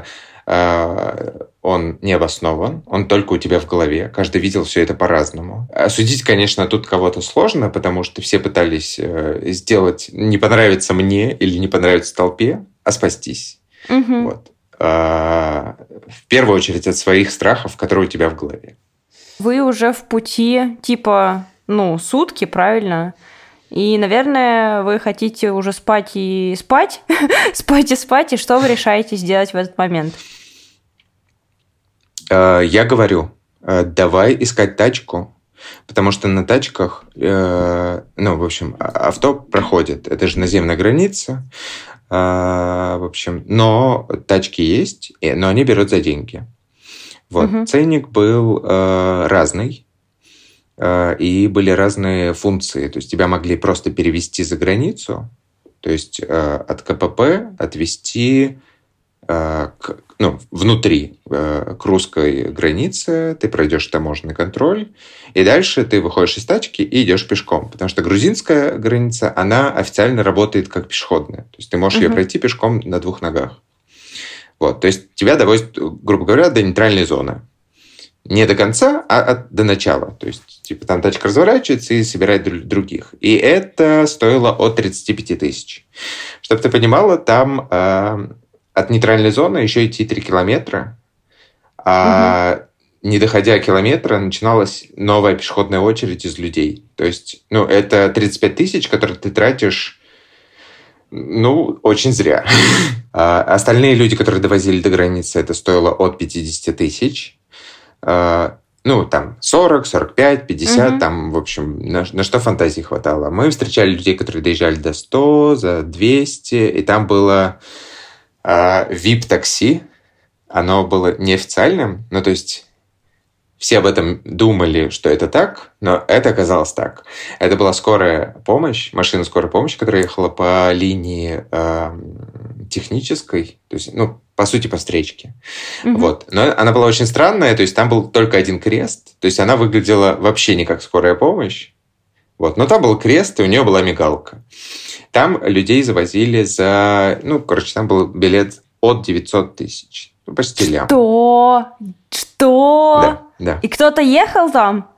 [SPEAKER 4] он не обоснован, он только у тебя в голове. Каждый видел все это по-разному. Осудить, конечно, тут кого-то сложно, потому что все пытались сделать не понравится мне или не понравится толпе, а спастись. Mm-hmm. Вот. В первую очередь от своих страхов, которые у тебя в голове.
[SPEAKER 1] Вы уже в пути, типа, ну, сутки, правильно? И, наверное, вы хотите уже спать и спать, спать и спать, и что вы решаете сделать в этот момент?
[SPEAKER 4] Я говорю, давай искать тачку, потому что на тачках, ну, в общем, авто проходит. Это же наземная граница. В общем, но тачки есть, но они берут за деньги. Вот. Uh-huh. Ценник был э, разный, э, и были разные функции. То есть тебя могли просто перевести за границу, то есть э, от КПП отвезти э, к, ну, внутри э, к русской границе, ты пройдешь таможенный контроль, и дальше ты выходишь из тачки и идешь пешком. Потому что грузинская граница, она официально работает как пешеходная. То есть ты можешь uh-huh. ее пройти пешком на двух ногах. Вот, то есть тебя довозят, грубо говоря, до нейтральной зоны. Не до конца, а от, до начала. То есть, типа, там тачка разворачивается и собирает дру- других. И это стоило от тридцать пять тысяч. Чтобы ты понимала, там э, от нейтральной зоны еще идти три километра. А угу. не доходя километра, начиналась новая пешеходная очередь из людей. То есть, ну, это тридцать пять тысяч, которые ты тратишь, ну, очень зря. А остальные люди, которые довозили до границы, это стоило от пятьдесят тысяч. А, ну, там, сорок, сорок пять, пятьдесят, угу. там, в общем, на, на что фантазии хватало. Мы встречали людей, которые доезжали до сто, за двести, и там было а, ви ай пи-такси. Оно было неофициальным, ну, то есть все об этом думали, что это так, но это оказалось так. Это была скорая помощь, машина скорой помощи, которая ехала по линии э, технической, то есть, ну, по сути, по встречке. Mm-hmm. Вот. Но она была очень странная, то есть там был только один крест, то есть она выглядела вообще не как скорая помощь. Вот. Но там был крест, и у нее была мигалка. Там людей завозили за... Ну, короче, там был билет от девятьсот тысяч. Ну, почти лям.
[SPEAKER 1] Что? Что?
[SPEAKER 4] Да, да.
[SPEAKER 1] И кто-то ехал там?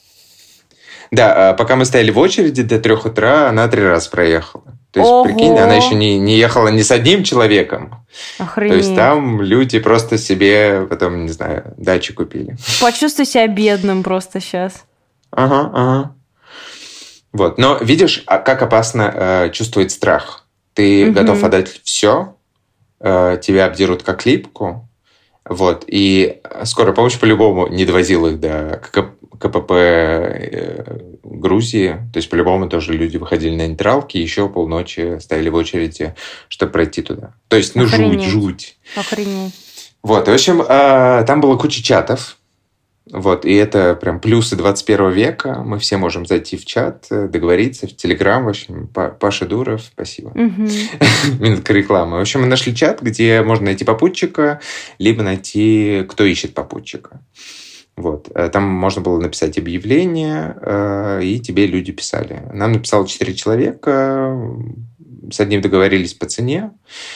[SPEAKER 4] Да, пока мы стояли в очереди до трех утра, она три раза проехала. То есть,
[SPEAKER 1] Ого.
[SPEAKER 4] Прикинь, она еще не, не ехала ни с одним человеком.
[SPEAKER 1] Охренеть.
[SPEAKER 4] То есть там люди просто себе потом, не знаю, дачи купили.
[SPEAKER 1] Почувствуй себя бедным просто сейчас.
[SPEAKER 4] Ага, ага. Вот. Но видишь, как опасно э, чувствовать страх. Ты угу. готов отдать все, э, тебя обдерут как липку. Вот. И скорая помощь по-любому не довозила их до КПП э, Грузии. То есть по-любому тоже люди выходили на нейтралки, еще полночи стояли в очереди, чтобы пройти туда. То есть, ну,
[SPEAKER 1] Охренеть.
[SPEAKER 4] жуть, жуть.
[SPEAKER 1] Охренеть.
[SPEAKER 4] Вот. В общем, э, там была куча чатов. Вот, и это прям плюсы двадцать первого века. Мы все можем зайти в чат, договориться, в Телеграм. В общем, Паша Дуров, спасибо. Минутка рекламы. В общем, мы нашли чат, где можно найти попутчика, либо найти, кто ищет попутчика. Вот. Там можно было написать объявление, и тебе люди писали. Нам написало четыре человека, с одним договорились по цене,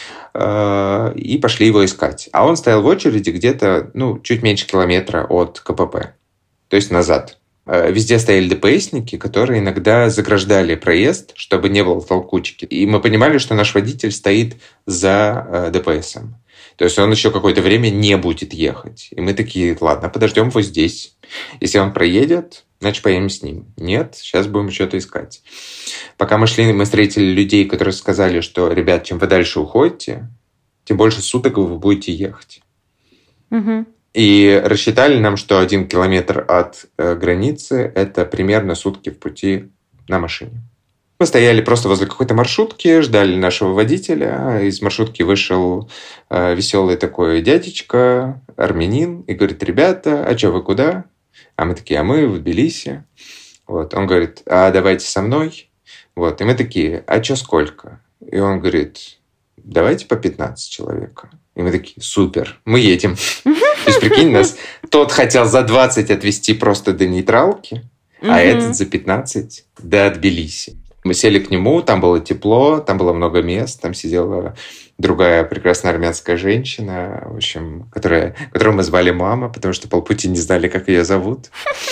[SPEAKER 4] и пошли его искать. А он стоял в очереди где-то, ну, чуть меньше километра от КПП, то есть назад. Везде стояли ДПСники, которые иногда заграждали проезд, чтобы не было толкучки. И мы понимали, что наш водитель стоит за ДПСом. То есть он еще какое-то время не будет ехать. И мы такие, ладно, подождем его здесь. Если он проедет, значит, поедем с ним. Нет, сейчас будем что-то искать. Пока мы шли, мы встретили людей, которые сказали, что, ребят, чем вы дальше уходите, тем больше суток вы будете ехать.
[SPEAKER 1] Угу. И
[SPEAKER 4] рассчитали нам, что один километр от э, границы – это примерно сутки в пути на машине. Мы стояли просто возле какой-то маршрутки, ждали нашего водителя. Из маршрутки вышел э, веселый такой дядечка, армянин, и говорит, ребята, а что, вы куда? А мы такие, а мы в Тбилиси. Вот. Он говорит, а давайте со мной. Вот. И мы такие, а что сколько? И он говорит, давайте по пятнадцать человек. И мы такие, супер, мы едем. То есть, прикинь, нас тот хотел за двадцать отвезти просто до нейтралки, а этот за пятнадцать до Тбилиси. Мы сели к нему, там было тепло, там было много мест, там сидела другая прекрасная армянская женщина, в общем, которая, которую мы звали мама, потому что полпути не знали, как ее зовут.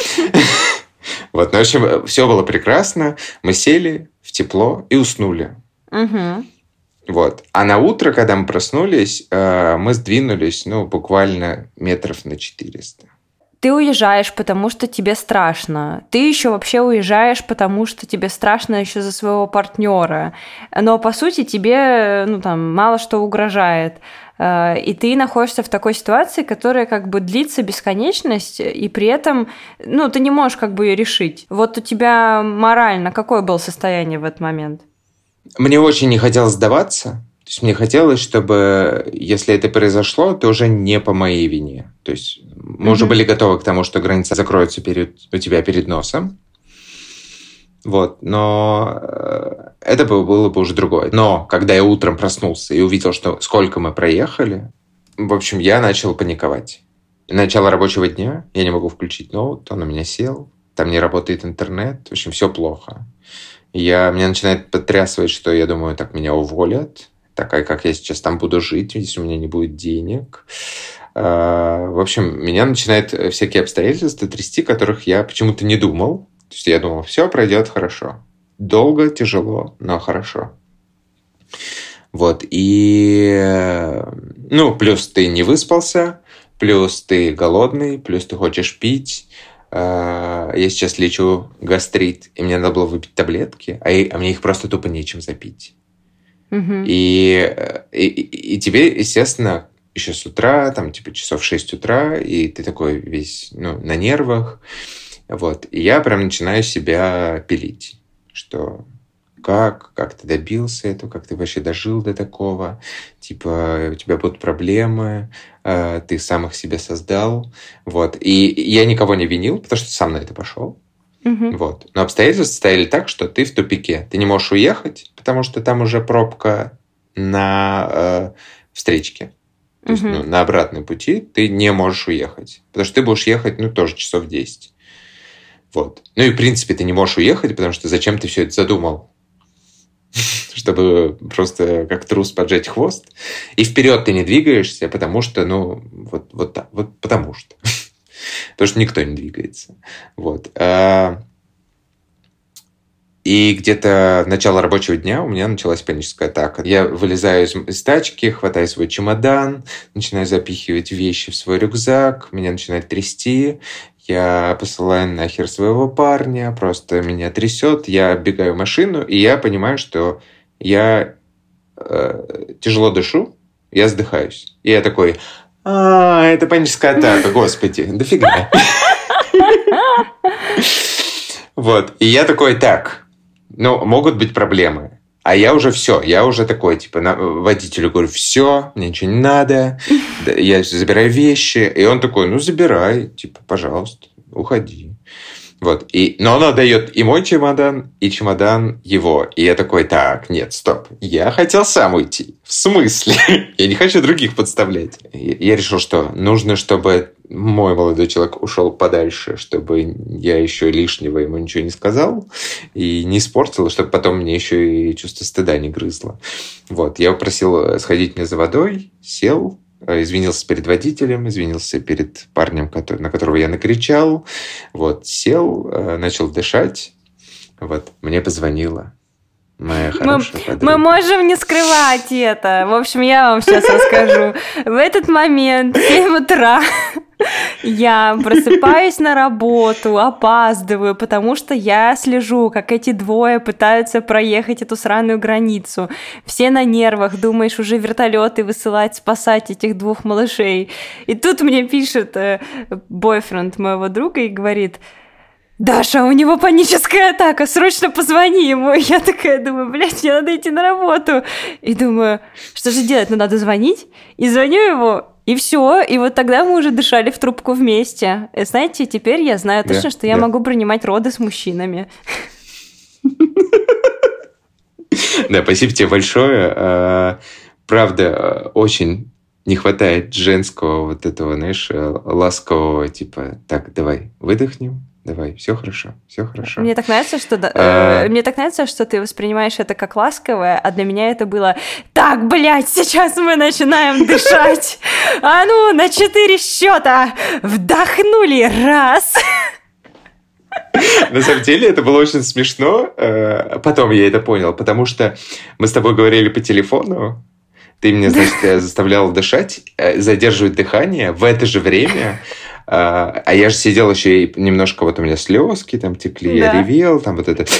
[SPEAKER 4] Вот, ну, в общем, все было прекрасно. Мы сели в тепло и уснули. Вот. А на утро, когда мы проснулись, мы сдвинулись, ну, буквально метров на четыреста.
[SPEAKER 1] Ты уезжаешь, потому что тебе страшно. Ты еще вообще уезжаешь, потому что тебе страшно еще за своего партнера. Но, по сути, тебе, ну, там, мало что угрожает. И ты находишься в такой ситуации, которая как бы длится бесконечность, и при этом, ну, ты не можешь как бы ее решить. Вот у тебя морально какое было состояние в этот момент?
[SPEAKER 4] Мне очень не хотелось сдаваться. То есть мне хотелось, чтобы, если это произошло, то уже не по моей вине. То есть мы mm-hmm. уже были готовы к тому, что граница закроется перед, у тебя перед носом. Вот. Но это было бы уже другое. Но когда я утром проснулся и увидел, что сколько мы проехали, в общем, я начал паниковать. Начало рабочего дня, я не могу включить ноут, он у меня сел, там не работает интернет, в общем, все плохо. Я, меня начинает потрясывать, что я думаю, так меня уволят. Такая, как я сейчас там буду жить, если у меня не будет денег. В общем, меня начинают всякие обстоятельства трясти, которых я почему-то не думал. То есть я думал, все пройдет хорошо. Долго, тяжело, но хорошо. Вот. И, ну, плюс ты не выспался, плюс ты голодный, плюс ты хочешь пить. Я сейчас лечу гастрит, и мне надо было выпить таблетки, а, и, а мне их просто тупо нечем запить. Uh-huh. И, и, и тебе, естественно, еще с утра, там, типа, часов шесть утра, и ты такой весь, ну, на нервах. Вот. И я прям начинаю себя пилить, что как, как ты добился этого, как ты вообще дожил до такого, типа, у тебя будут проблемы, ты сам их себе создал. Вот. И я никого не винил, потому что сам на это пошел. Uh-huh. Вот. Но обстоятельства стояли так, что ты в тупике. Ты не можешь уехать, потому что там уже пробка на э, встречке. То uh-huh. есть ну, на обратном пути ты не можешь уехать. Потому что ты будешь ехать, ну, тоже часов десять. Вот. Ну и, в принципе, ты не можешь уехать, потому что зачем ты все это задумал? Чтобы просто как трус поджать хвост. И вперед ты не двигаешься, потому что, ну, вот, вот так. Вот потому что. Потому что никто не двигается. Вот. И где-то начало рабочего дня у меня началась паническая атака. Я вылезаю из, из тачки, хватаю свой чемодан, начинаю запихивать вещи в свой рюкзак, меня начинает трясти. Я посылаю нахер своего парня, просто меня трясет. Я оббегаю машину, и я понимаю, что я э, тяжело дышу, я задыхаюсь. И я такой... А, это паническая атака, господи, дофига. Вот, и я такой, так, ну, могут быть проблемы. А я уже все, я уже такой, типа, на, водителю говорю, все, мне ничего не надо, я забираю вещи. И он такой, ну, забирай, типа, пожалуйста, уходи. Вот. И, но она дает и мой чемодан, и чемодан его. И я такой, так, нет, стоп. Я хотел сам уйти. В смысле? Я не хочу других подставлять. Я решил, что нужно, чтобы мой молодой человек ушел подальше, чтобы я еще лишнего ему ничего не сказал и не испортил, чтобы потом мне еще и чувство стыда не грызло. Вот. Я попросил сходить мне за водой, сел, извинился перед водителем, извинился перед парнем, который, на которого я накричал. Вот, сел, начал дышать. Вот, мне позвонила моя хорошая
[SPEAKER 1] мы,
[SPEAKER 4] подруга.
[SPEAKER 1] Мы можем не скрывать это. В общем, я вам сейчас расскажу. В этот момент, в семь утра, я просыпаюсь на работу, опаздываю, потому что я слежу, как эти двое пытаются проехать эту сраную границу. Все на нервах, думаешь, уже вертолеты высылать, спасать этих двух малышей. И тут мне пишет э, бойфренд моего друга и говорит: Даша, у него паническая атака, срочно позвони ему. И я такая думаю, блядь, мне надо идти на работу. И думаю, что же делать? Ну, надо звонить. И звоню ему, и все. И вот тогда мы уже дышали в трубку вместе. И знаете, теперь я знаю точно, да, что да. я могу принимать роды с мужчинами.
[SPEAKER 4] Да, спасибо тебе большое. Правда, очень не хватает женского вот этого, знаешь, ласкового, типа, так, давай, выдохнем. Давай, все хорошо, все хорошо.
[SPEAKER 1] Мне так нравится, что а... э, мне так нравится, что ты воспринимаешь это как ласковое, а для меня это было: так, блядь, сейчас мы начинаем дышать. А ну, на четыре счета вдохнули, раз.
[SPEAKER 4] На самом деле это было очень смешно. Потом я это понял, потому что мы с тобой говорили по телефону. Ты меня, значит, заставляла дышать, задерживать дыхание в это же время. А я же сидел еще и немножко, вот у меня слезки там текли, да. Я ревел, там вот это...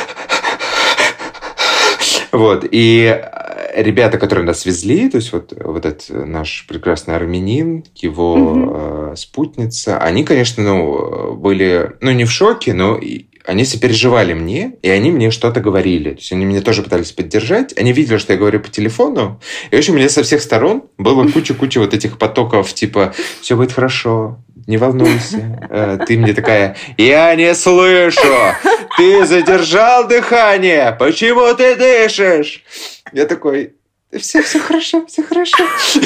[SPEAKER 4] Вот, и ребята, которые нас везли, то есть вот, вот этот наш прекрасный армянин, его угу. спутница, они, конечно, ну, были, ну, не в шоке, но они сопереживали мне, и они мне что-то говорили. То есть они меня тоже пытались поддержать. Они видели, что я говорю по телефону. И, в общем, у меня со всех сторон было куча-куча вот этих потоков, типа, все будет хорошо, не волнуйся. Ты мне такая: я не слышу, ты задержал дыхание, почему ты дышишь? Я такой: все, все хорошо, все хорошо.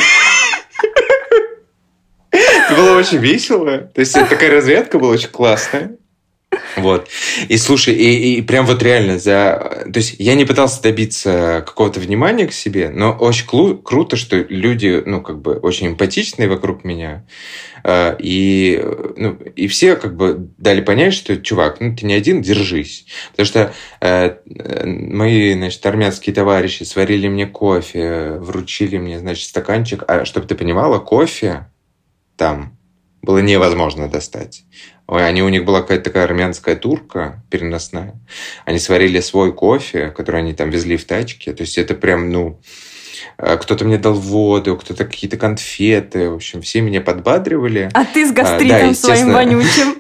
[SPEAKER 4] Это было очень весело. То есть такая разведка была очень классная. Вот. И слушай, и, и прям вот реально за... То есть я не пытался добиться какого-то внимания к себе, но очень клу... круто, что люди, ну, как бы очень эмпатичные вокруг меня. И, ну, и все как бы дали понять, что, чувак, ну, ты не один, держись. Потому что э, мои, значит, армянские товарищи сварили мне кофе, вручили мне, значит, стаканчик. А чтобы ты понимала, кофе там было невозможно достать. Ой, они, у них была какая-то такая армянская турка переносная. Они сварили свой кофе, который они там везли в тачке. То есть это прям, ну... Кто-то мне дал воду, кто-то какие-то конфеты. В общем, все меня подбадривали.
[SPEAKER 1] А ты с гастритом а, да, своим вонючим.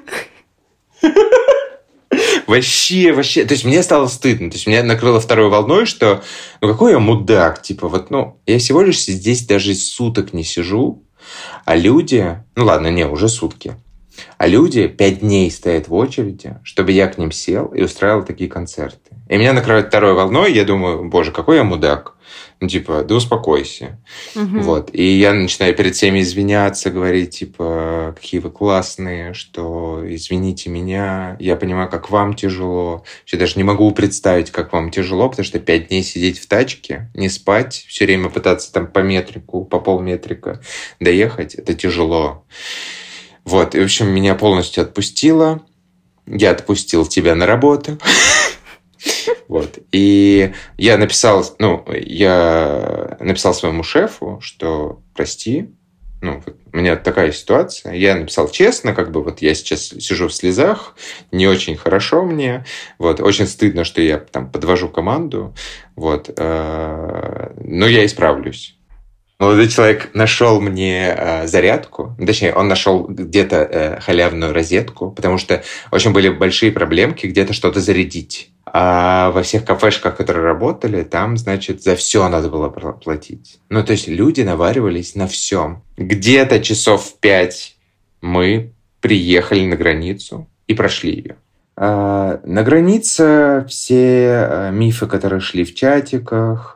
[SPEAKER 4] Вообще, вообще. То есть мне стало стыдно. То есть меня накрыло второй волной, что... Ну, какой я мудак. Типа вот, ну... Я всего лишь здесь даже суток не сижу. А люди... Ну, ладно, не, уже сутки. А люди пять дней стоят в очереди, чтобы я к ним сел и устраивал такие концерты. И меня накрывает второй волной, я думаю, боже, какой я мудак. Ну, типа, да успокойся. Угу. Вот. И я начинаю перед всеми извиняться, говорить, типа, какие вы классные, что извините меня, я понимаю, как вам тяжело. Я даже не могу представить, как вам тяжело, потому что пять дней сидеть в тачке, не спать, все время пытаться там по метрику, по полметрика доехать, это тяжело. Вот, и, в общем, меня полностью отпустило. Я отпустил тебя на работу. Вот. И я написал, ну, я написал своему шефу, что прости, ну, вот у меня такая ситуация. Я написал честно, как бы вот я сейчас сижу в слезах, не очень хорошо мне, вот, очень стыдно, что я там подвожу команду, вот, но я исправлюсь. Молодой человек нашел мне э, зарядку, точнее, он нашел где-то э, халявную розетку, потому что очень были большие проблемки где-то что-то зарядить. А во всех кафешках, которые работали, там, значит, за все надо было платить. Ну, то есть люди наваривались на всем. Где-то часов в пять мы приехали на границу и прошли ее. А на границе все мифы, которые шли в чатиках,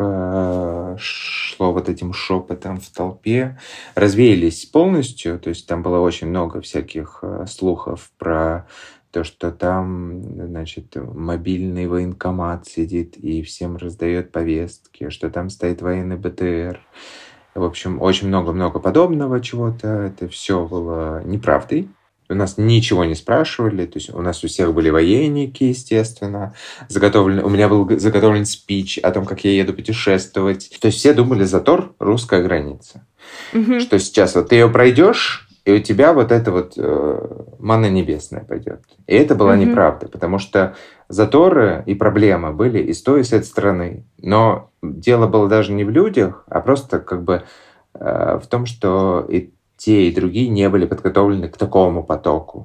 [SPEAKER 4] шло вот этим шепотом в толпе, развеялись полностью. То есть там было очень много всяких слухов про то, что там, значит, мобильный военкомат сидит и всем раздает повестки, что там стоит военный БТР. В общем, очень много-много подобного чего-то. Это все было неправдой. У нас ничего не спрашивали, то есть у нас у всех были военники, естественно. Заготовлен, у меня был заготовлен спич о том, как я еду путешествовать. То есть все думали, затор — русская граница. Mm-hmm. Что сейчас вот ты ее пройдешь, и у тебя вот это вот э, манна небесная пойдет. И это была mm-hmm. неправда, потому что заторы и проблемы были и с той, и с этой стороны. Но дело было даже не в людях, а просто как бы э, в том, что и те, и другие не были подготовлены к такому потоку.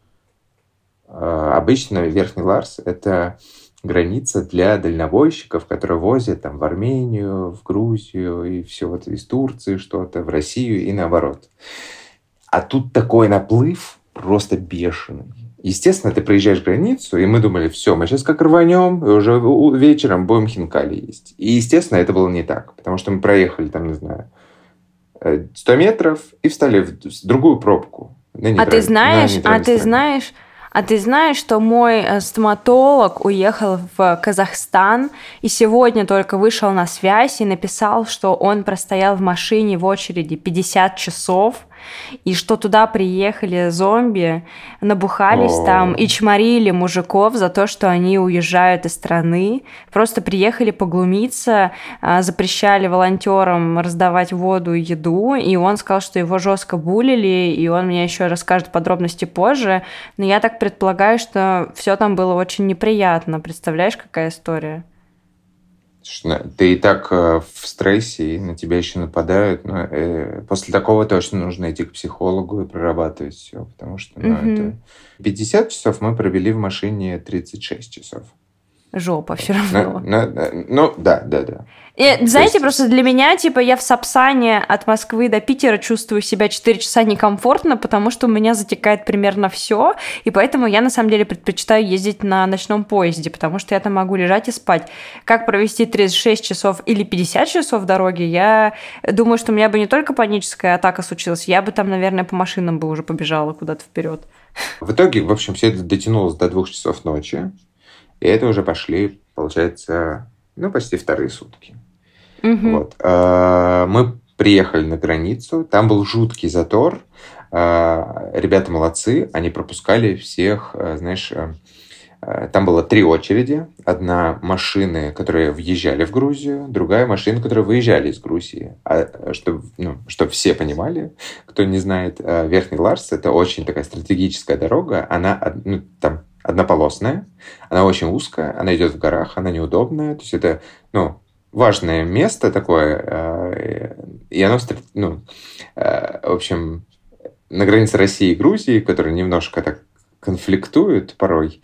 [SPEAKER 4] Э, обычно Верхний Ларс — это граница для дальнобойщиков, которые возят там, в Армению, в Грузию, и все вот из Турции что-то, в Россию и наоборот. А тут такой наплыв просто бешеный. Естественно, ты проезжаешь границу, и мы думали, все, мы сейчас как рванем, и уже вечером будем хинкали есть. И, естественно, это было не так, потому что мы проехали, там, не знаю, сто метров и встали в другую пробку.
[SPEAKER 1] А ты знаешь, а ты знаешь, а ты знаешь, что мой стоматолог уехал в Казахстан и сегодня только вышел на связь и написал, что он простоял в машине в очереди пятьдесят часов, и что туда приехали зомби, набухались О. там и чморили мужиков за то, что они уезжают из страны. Просто приехали поглумиться, запрещали волонтерам раздавать воду и еду, и он сказал, что его жестко булили, и он мне еще расскажет подробности позже. Но я так предполагаю, что все там было очень неприятно. Представляешь, какая история?
[SPEAKER 4] Ты и так в стрессе, и на тебя еще нападают. Но э, после такого точно нужно идти к психологу и прорабатывать все, потому что ну, mm-hmm. это... пятьдесят часов мы провели в машине тридцать шесть часов.
[SPEAKER 1] Жопа все равно.
[SPEAKER 4] На, на, ну, да, да, да.
[SPEAKER 1] И, знаете, есть... просто для меня, типа, я в Сапсане от Москвы до Питера чувствую себя четыре часа некомфортно, потому что у меня затекает примерно все, и поэтому я, на самом деле, предпочитаю ездить на ночном поезде, потому что я там могу лежать и спать. Как провести тридцать шесть часов или пятьдесят часов дороги, я думаю, что у меня бы не только паническая атака случилась, я бы там, наверное, по машинам бы уже побежала куда-то вперед.
[SPEAKER 4] В итоге, в общем, все это дотянулось до двух часов ночи, и это уже пошли, получается, ну, почти вторые сутки. Mm-hmm. Вот. Мы приехали на границу, там был жуткий затор. Ребята молодцы, они пропускали всех, знаешь, там было три очереди. Одна машины, которые въезжали в Грузию, другая машина, которые выезжали из Грузии. А чтобы, ну, чтобы все понимали, кто не знает, Верхний Ларс — это очень такая стратегическая дорога, она, ну, там, однополосная, она очень узкая, она идет в горах, она неудобная, то есть это, ну, важное место такое, и оно, ну, в общем, на границе России и Грузии, которые немножко так конфликтуют порой,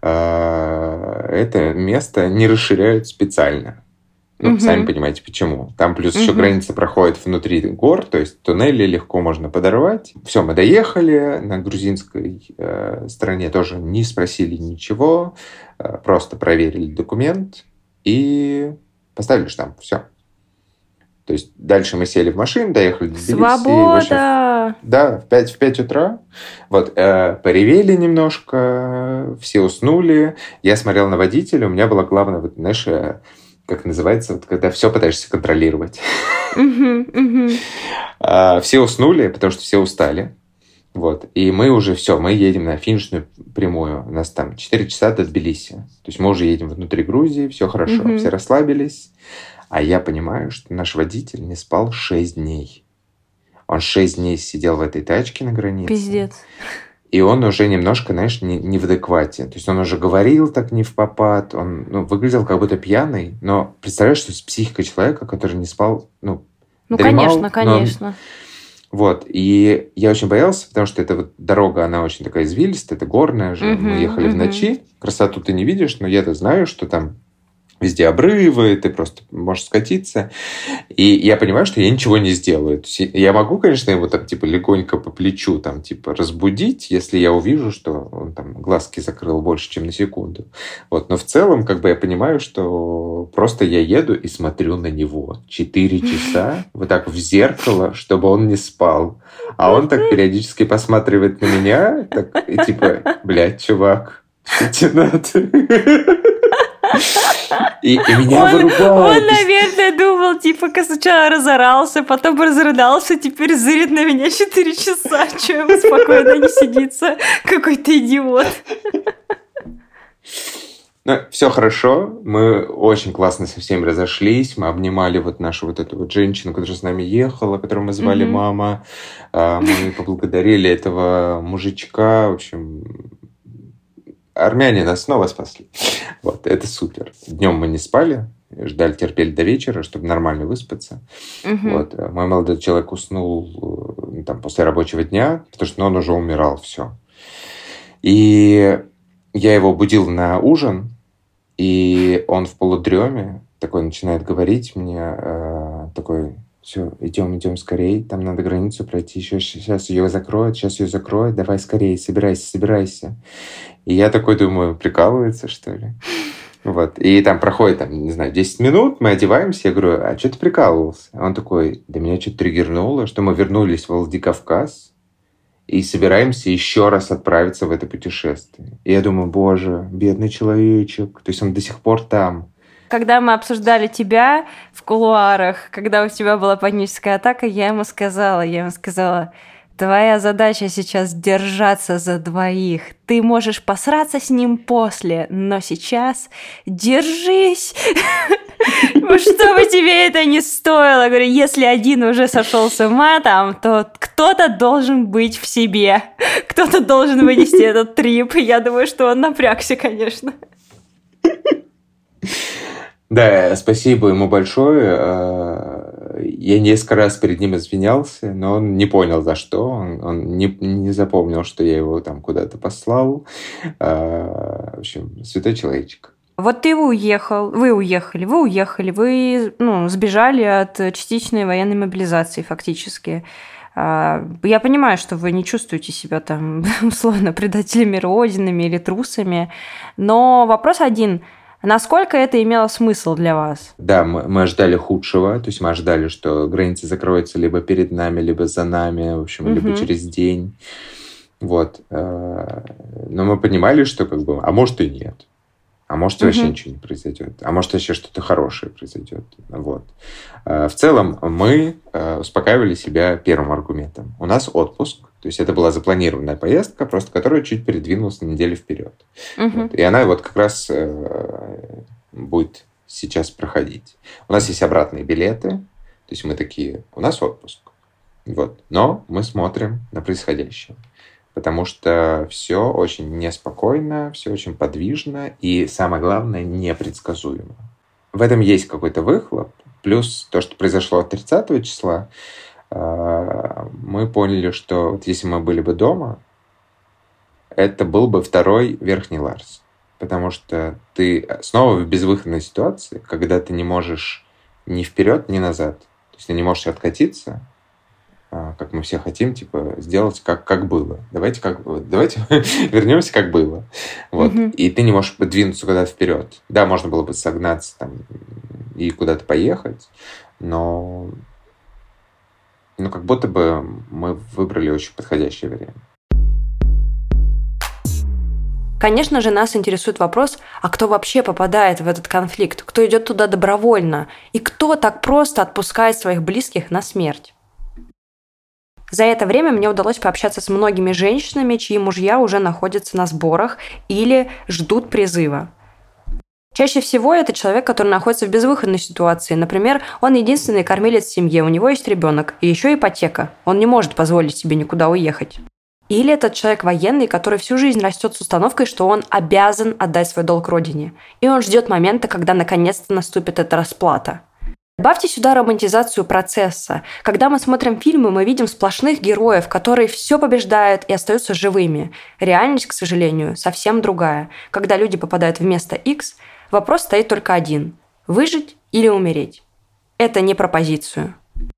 [SPEAKER 4] это место не расширяют специально. Ну, угу. Сами понимаете, почему. Там плюс угу. еще граница проходит внутри гор, то есть туннели легко можно подорвать. Все, мы доехали. На грузинской э, стороне тоже не спросили ничего. Э, просто проверили документ и поставили штамп. Все. То есть дальше мы сели в машину, доехали до Тбилиси.
[SPEAKER 1] Свобода!
[SPEAKER 4] Вышли, да, в пять, в пять утра. Вот, э, поревели немножко, все уснули. Я смотрел на водителя, у меня была главная, вот, знаешь, как называется, вот, когда все пытаешься контролировать. Uh-huh, uh-huh. Все уснули, потому что все устали. Вот. И мы уже все, мы едем на финишную прямую. У нас там четыре часа до Тбилиси. То есть мы уже едем внутри Грузии, все хорошо, uh-huh. все расслабились. А я понимаю, что наш водитель не спал шесть дней. Он шесть дней сидел в этой тачке на границе.
[SPEAKER 1] Пиздец.
[SPEAKER 4] И он уже немножко, знаешь, не, не в адеквате. То есть он уже говорил так не впопад, он ну, выглядел как будто пьяный. Но представляешь, что это психика человека, который не спал, ну,
[SPEAKER 1] Ну,
[SPEAKER 4] дремал,
[SPEAKER 1] конечно, конечно.
[SPEAKER 4] Вот, и я очень боялся, потому что эта вот дорога, она очень такая извилистая, это горная же,
[SPEAKER 1] Мгм,
[SPEAKER 4] мы ехали в
[SPEAKER 1] мгм.
[SPEAKER 4] ночи, красоту ты не видишь, но я-то знаю, что там везде обрывы, ты просто можешь скатиться. И я понимаю, что я ничего не сделаю. То есть я могу, конечно, его там типа легонько по плечу там типа разбудить, если я увижу, что он там глазки закрыл больше, чем на секунду. Вот. Но в целом, как бы я понимаю, что просто я еду и смотрю на него четыре часа вот так в зеркало, чтобы он не спал. А он так периодически посматривает на меня, так, и типа, блядь, чувак, что тебе надо? И, и меня
[SPEAKER 1] Он,
[SPEAKER 4] вырубает.
[SPEAKER 1] он, наверное, думал, типа, сначала разорался, потом разрыдался, теперь зырит на меня четыре часа, что ему спокойно не сидится. Какой ты идиот.
[SPEAKER 4] Ну, все хорошо, мы очень классно со всеми разошлись, мы обнимали вот нашу вот эту вот женщину, которая с нами ехала, которую мы звали
[SPEAKER 1] Мгм.
[SPEAKER 4] мама, А, мы поблагодарили этого мужичка, в общем, армяне нас снова спасли. Вот, это супер. Днем мы не спали, ждали, терпели до вечера, чтобы нормально выспаться.
[SPEAKER 1] Мгм.
[SPEAKER 4] Вот. Мой молодой человек уснул э, там, после рабочего дня, потому что ну, он уже умирал, все. И я его будил на ужин, и он в полудреме такой начинает говорить мне, э, такой, все, идем, идем скорее, там надо границу пройти, еще сейчас ее закроют, сейчас ее закроют, давай скорее, собирайся, собирайся. И я такой думаю, прикалывается, что ли? Вот. И там проходит, там, не знаю, десять минут, мы одеваемся, я говорю, а что ты прикалывался? Он такой, да меня что-то триггернуло, что мы вернулись в Владикавказ и собираемся еще раз отправиться в это путешествие. И я думаю, боже, бедный человечек, то есть он до сих пор там.
[SPEAKER 1] Когда мы обсуждали тебя в кулуарах, когда у тебя была паническая атака, я ему сказала, я ему сказала, твоя задача сейчас держаться за двоих. Ты можешь посраться с ним после, но сейчас держись. Что бы тебе это ни стоило. Говорю, если один уже сошел с ума, там, то кто-то должен быть в себе. Кто-то должен вынести этот трип. Я думаю, что он напрягся, конечно.
[SPEAKER 4] Да, спасибо ему большое. Я несколько раз перед ним извинялся, но он не понял, за что. Он, он не, не запомнил, что я его там куда-то послал. В общем, святой человечек.
[SPEAKER 1] Вот ты уехал, вы уехали, вы уехали, вы ну, сбежали от частичной военной мобилизации фактически. Я понимаю, что вы не чувствуете себя там, условно, предателями Родинами или трусами, но вопрос один – насколько это имело смысл для вас?
[SPEAKER 4] Да, мы, мы ожидали худшего, то есть мы ожидали, что границы закроются либо перед нами, либо за нами, в общем, угу. либо через день. Вот. Но мы понимали, что как бы, а может и нет. А может, вообще угу. ничего не произойдет. А может, вообще что-то хорошее произойдет. Вот. В целом, мы успокаивали себя первым аргументом. У нас отпуск. То есть это была запланированная поездка, просто которая чуть передвинулась на неделю вперед. Угу. Вот. И она вот как раз будет сейчас проходить. У нас есть обратные билеты. То есть мы такие, у нас отпуск. Вот. Но мы смотрим на происходящее. Потому что все очень неспокойно, все очень подвижно и, самое главное, непредсказуемо. В этом есть какой-то выхлоп. Плюс то, что произошло тридцатого числа, мы поняли, что вот если мы были бы дома, это был бы второй Верхний Ларс. Потому что ты снова в безвыходной ситуации, когда ты не можешь ни вперед, ни назад. То есть ты не можешь откатиться, как мы все хотим, типа, сделать как, как было. Давайте, как, давайте вернемся, как было. Вот. Mm-hmm. И ты не можешь двинуться куда-то вперед. Да, можно было бы согнаться там и куда-то поехать, но, но как будто бы мы выбрали очень подходящее время.
[SPEAKER 1] Конечно же, нас интересует вопрос, а кто вообще попадает в этот конфликт? Кто идет туда добровольно? И кто так просто отпускает своих близких на смерть? За это время мне удалось пообщаться с многими женщинами, чьи мужья уже находятся на сборах или ждут призыва. Чаще всего это человек, который находится в безвыходной ситуации. Например, он единственный кормилец в семье, у него есть ребенок, и еще ипотека. Он не может позволить себе никуда уехать. Или этот человек военный, который всю жизнь растет с установкой, что он обязан отдать свой долг родине. И он ждет момента, когда наконец-то наступит эта расплата. Добавьте сюда романтизацию процесса. Когда мы смотрим фильмы, мы видим сплошных героев, которые все побеждают и остаются живыми. Реальность, к сожалению, совсем другая. Когда люди попадают в место X, вопрос стоит только один – выжить или умереть. Это не про позицию.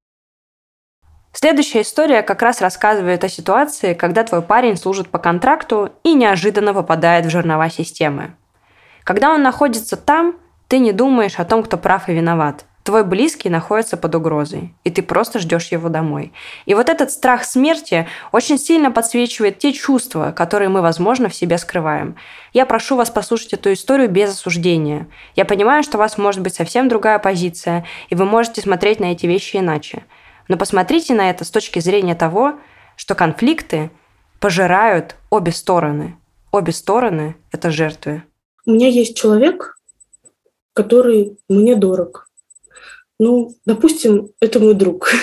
[SPEAKER 1] Следующая история как раз рассказывает о ситуации, когда твой парень служит по контракту и неожиданно попадает в жернова системы. Когда он находится там, ты не думаешь о том, кто прав и виноват. Твой близкий находится под угрозой, и ты просто ждешь его домой. И вот этот страх смерти очень сильно подсвечивает те чувства, которые мы, возможно, в себе скрываем. Я прошу вас послушать эту историю без осуждения. Я понимаю, что у вас может быть совсем другая позиция, и вы можете смотреть на эти вещи иначе. Но посмотрите на это с точки зрения того, что конфликты пожирают обе стороны. Обе стороны – это жертвы.
[SPEAKER 5] У меня есть человек, который мне дорог. Ну, допустим, это мой друг.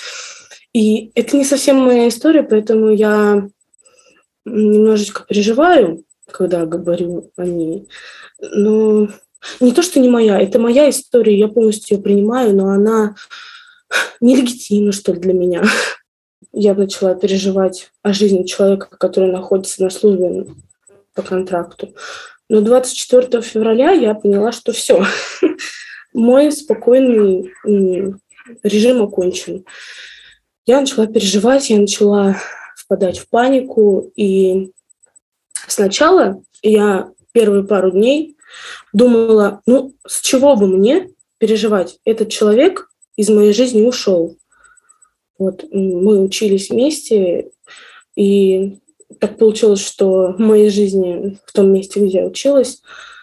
[SPEAKER 5] И это не совсем моя история, поэтому я немножечко переживаю, когда говорю о ней. Но не то, что не моя, это моя история, я полностью ее принимаю, но она нелегитимна, что ли, для меня. Я начала переживать о жизни человека, который находится на службе по контракту. Но двадцать четвёртого февраля я поняла, что все. Мой спокойный режим окончен. Я начала переживать, я начала впадать в панику. И сначала я первые пару дней думала, ну, с чего бы мне переживать? Этот человек из моей жизни ушел. Вот, мы учились вместе, и так получилось, что в моей жизни, в том месте, где я училась,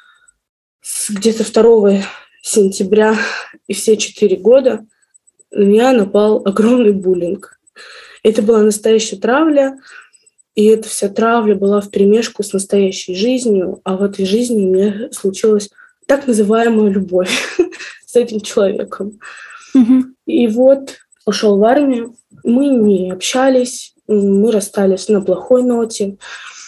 [SPEAKER 5] где-то второго сентября и все четыре года на меня напал огромный буллинг. Это была настоящая травля, и эта вся травля была вперемешку с настоящей жизнью, а в этой жизни у меня случилась так называемая любовь с этим человеком. Mm-hmm. И вот ушел в армию, мы не общались, мы расстались на плохой ноте,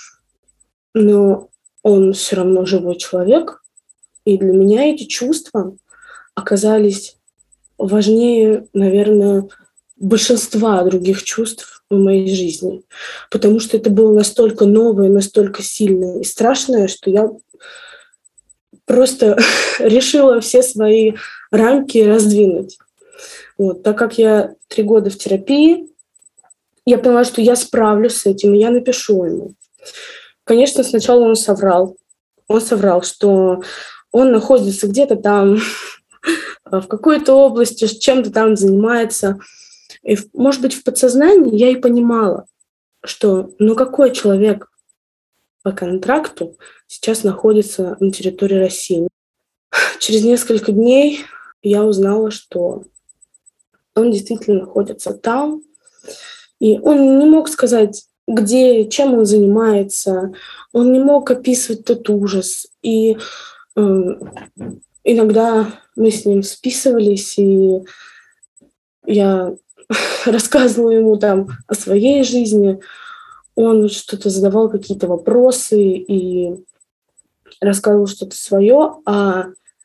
[SPEAKER 5] но он все равно живой человек, и для меня эти чувства оказались важнее, наверное, большинства других чувств в моей жизни, потому что это было настолько новое, настолько сильное и страшное, что я просто решила все свои рамки раздвинуть. Вот, так как я три года в терапии, я поняла, что я справлюсь с этим, и я напишу ему. Конечно, сначала он соврал. Он соврал, что он находится где-то там, в какой-то области, чем-то там занимается. И, может быть, в подсознании я и понимала, что ну какой человек по контракту сейчас находится на территории России. Через несколько дней я узнала, что он действительно находится там. И он не мог сказать, где, чем он занимается. Он не мог описывать тот ужас. И э, иногда мы с ним списывались, и я рассказывала ему там о своей жизни. Он что-то задавал, какие-то вопросы и рассказывал что-то свое, а,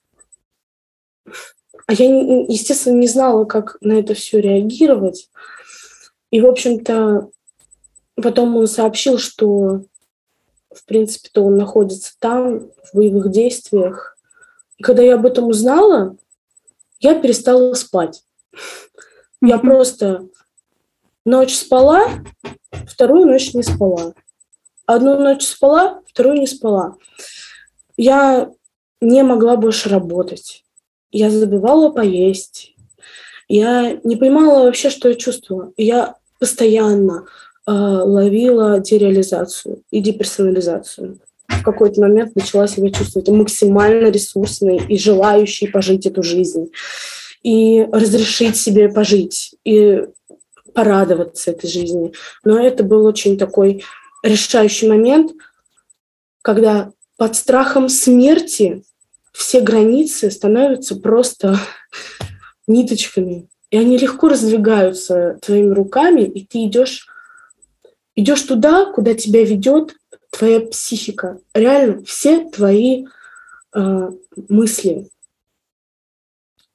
[SPEAKER 5] а я, естественно, не знала, как на это все реагировать. И, в общем-то, потом он сообщил, что, в принципе-то, он находится там, в боевых действиях. И когда я об этом узнала, я перестала спать. Я просто ночь спала, вторую ночь не спала. Одну ночь спала, вторую не спала. Я не могла больше работать. Я забывала поесть. Я не понимала вообще, что я чувствовала. Я постоянно э, ловила дереализацию и деперсонализацию. В какой-то момент начала себя чувствовать максимально ресурсной и желающей пожить эту жизнь. И разрешить себе пожить. И порадоваться этой жизни. Но это был очень такой решающий момент, когда под страхом смерти все границы становятся просто ниточками. И они легко раздвигаются твоими руками, и ты идешь, идешь туда, куда тебя ведет твоя психика. Реально все твои э, мысли.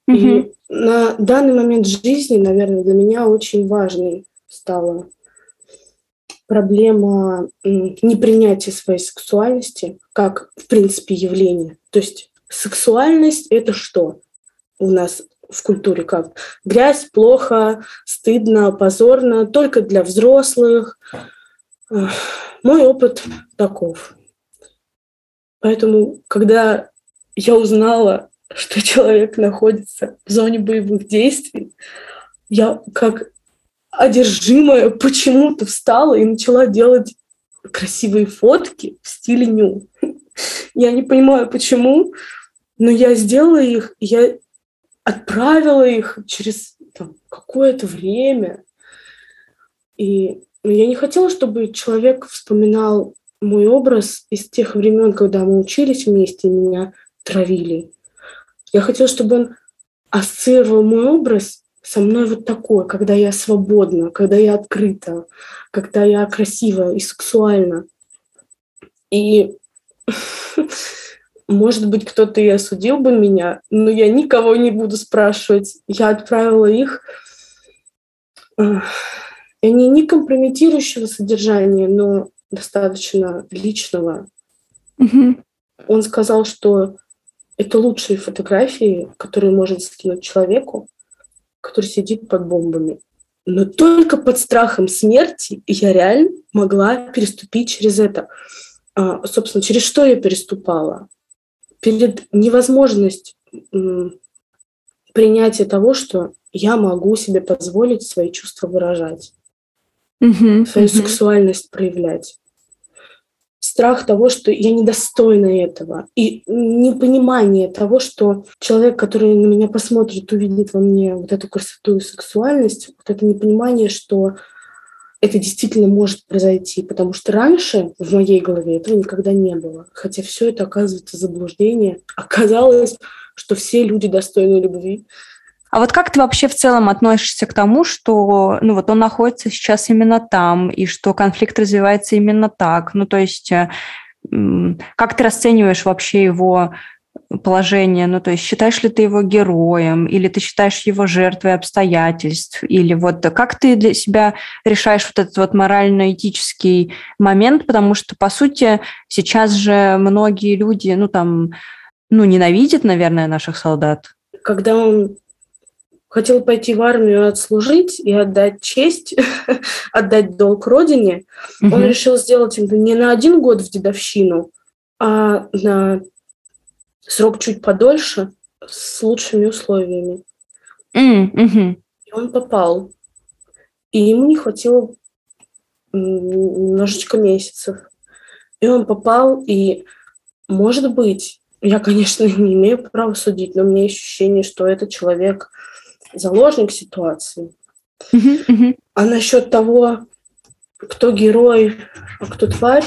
[SPEAKER 5] Mm-hmm. И на данный момент жизни, наверное, для меня очень важной стала проблема непринятия своей сексуальности как, в принципе, явления. То есть сексуальность – это что у нас в культуре? Как? Грязь, плохо, стыдно, позорно, только для взрослых. Мой опыт таков. Поэтому, когда я узнала, что человек находится в зоне боевых действий, я как одержимая почему-то встала и начала делать красивые фотки в стиле ню. Я не понимаю, почему, но я сделала их, и я отправила их через там, какое-то время. И я не хотела, чтобы человек вспоминал мой образ из тех времен, когда мы учились вместе и меня травили. Я хотела, чтобы он ассоциировал мой образ со мной вот такой, когда я свободна, когда я открыта, когда я красива и сексуальна. И, может быть, кто-то и осудил бы меня, но я никого не буду спрашивать. Я отправила их. И они не компрометирующего содержания, но достаточно личного.
[SPEAKER 3] Mm-hmm.
[SPEAKER 5] Он сказал, что это лучшие фотографии, которые может скинуть человеку, который сидит под бомбами. Но только под страхом смерти я реально могла переступить через это. А, собственно, через что я переступала? Перед невозможностью м, принятия того, что я могу себе позволить свои чувства выражать,
[SPEAKER 3] mm-hmm.
[SPEAKER 5] свою
[SPEAKER 3] mm-hmm.
[SPEAKER 5] сексуальность проявлять. Страх того, что я недостойна этого. И непонимание того, что человек, который на меня посмотрит, увидит во мне вот эту красоту и сексуальность, вот это непонимание, что это действительно может произойти. Потому что раньше в моей голове этого никогда не было. Хотя все это, оказывается, заблуждение. Оказалось, что все люди достойны любви.
[SPEAKER 3] А вот как ты вообще в целом относишься к тому, что ну, вот он находится сейчас именно там, и что конфликт развивается именно так? Ну, то есть как ты расцениваешь вообще его положение? Ну, то есть считаешь ли ты его героем, или ты считаешь его жертвой обстоятельств? Или вот как ты для себя решаешь вот этот вот морально-этический момент? Потому что, по сути, сейчас же многие люди, ну, там, ну, ненавидят, наверное, наших солдат.
[SPEAKER 5] Когда он хотел пойти в армию отслужить и отдать честь, отдать долг родине, mm-hmm. он решил сделать это не на один год в дедовщину, а на срок чуть подольше, с лучшими условиями.
[SPEAKER 3] Mm-hmm.
[SPEAKER 5] И он попал. И ему не хватило немножечко месяцев. И он попал, и, может быть, я, конечно, не имею права судить, но у меня ощущение, что этот человек заложник ситуации.
[SPEAKER 3] Uh-huh, uh-huh.
[SPEAKER 5] А насчет того, кто герой, а кто тварь,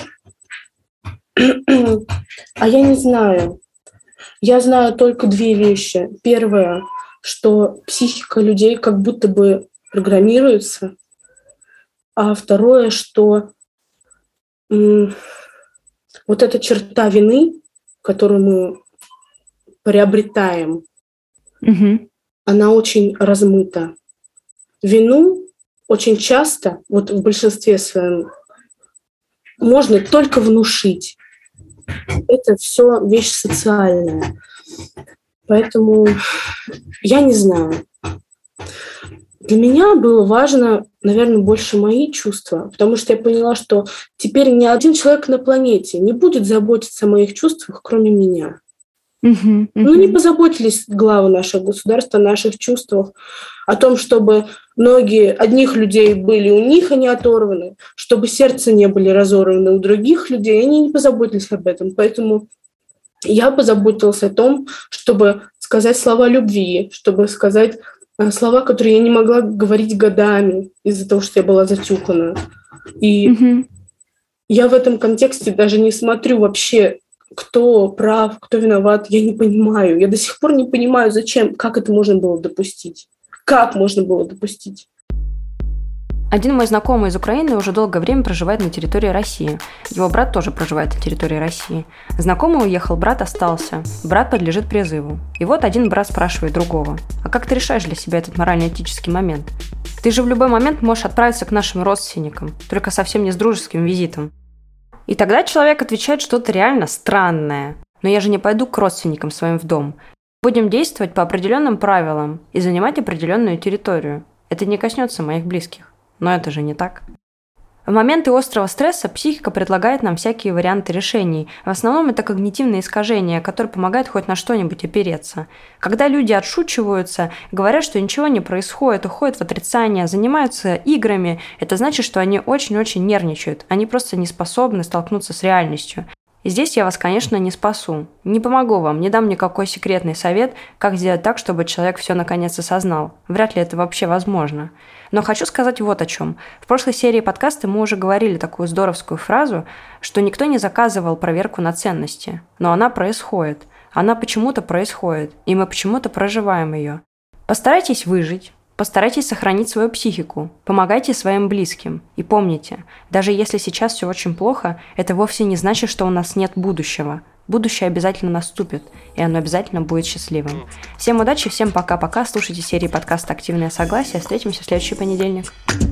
[SPEAKER 5] а я не знаю. Я знаю только две вещи. Первое, что психика людей как будто бы программируется. А второе, что м- вот эта черта вины, которую мы приобретаем,
[SPEAKER 3] uh-huh.
[SPEAKER 5] она очень размыта. Вину очень часто, вот в большинстве своем, можно только внушить. Это все вещь социальная. Поэтому я не знаю. Для меня было важно, наверное, больше мои чувства, потому что я поняла, что теперь ни один человек на планете не будет заботиться о моих чувствах, кроме меня.
[SPEAKER 3] Uh-huh, uh-huh.
[SPEAKER 5] Ну, не позаботились главы наших государств о наших чувствах, о том, чтобы ноги одних людей были у них, а не оторваны, чтобы сердца не были разорваны у других людей, они не позаботились об этом. Поэтому я позаботилась о том, чтобы сказать слова любви, чтобы сказать слова, которые я не могла говорить годами из-за того, что я была затюкана. И
[SPEAKER 3] uh-huh.
[SPEAKER 5] я в этом контексте даже не смотрю вообще, кто прав, кто виноват, я не понимаю. Я до сих пор не понимаю, зачем, как это можно было допустить. Как можно было допустить?
[SPEAKER 1] Один мой знакомый из Украины уже долгое время проживает на территории России. Его брат тоже проживает на территории России. Знакомый уехал, брат остался. Брат подлежит призыву. И вот один брат спрашивает другого: «А как ты решаешь для себя этот морально-этический момент? Ты же в любой момент можешь отправиться к нашим родственникам, только совсем не с дружеским визитом». И тогда человек отвечает что-то реально странное. «Но я же не пойду к родственникам своим в дом. Будем действовать по определенным правилам и занимать определенную территорию. Это не коснется моих близких». Но это же не так. В моменты острого стресса психика предлагает нам всякие варианты решений. В основном это когнитивные искажения, которые помогают хоть на что-нибудь опереться. Когда люди отшучиваются, говорят, что ничего не происходит, уходят в отрицание, занимаются играми, это значит, что они очень-очень нервничают. Они просто не способны столкнуться с реальностью. И здесь я вас, конечно, не спасу. Не помогу вам, не дам никакой секретный совет, как сделать так, чтобы человек все наконец осознал. Вряд ли это вообще возможно. Но хочу сказать вот о чем. В прошлой серии подкаста мы уже говорили такую здоровскую фразу, что никто не заказывал проверку на ценности. Но она происходит. Она почему-то происходит, и мы почему-то проживаем ее. Постарайтесь выжить. Постарайтесь сохранить свою психику, помогайте своим близким. И помните, даже если сейчас все очень плохо, это вовсе не значит, что у нас нет будущего. Будущее обязательно наступит, и оно обязательно будет счастливым. Всем удачи, всем пока-пока. Слушайте серии подкаста «Активное согласие». Встретимся в следующий понедельник.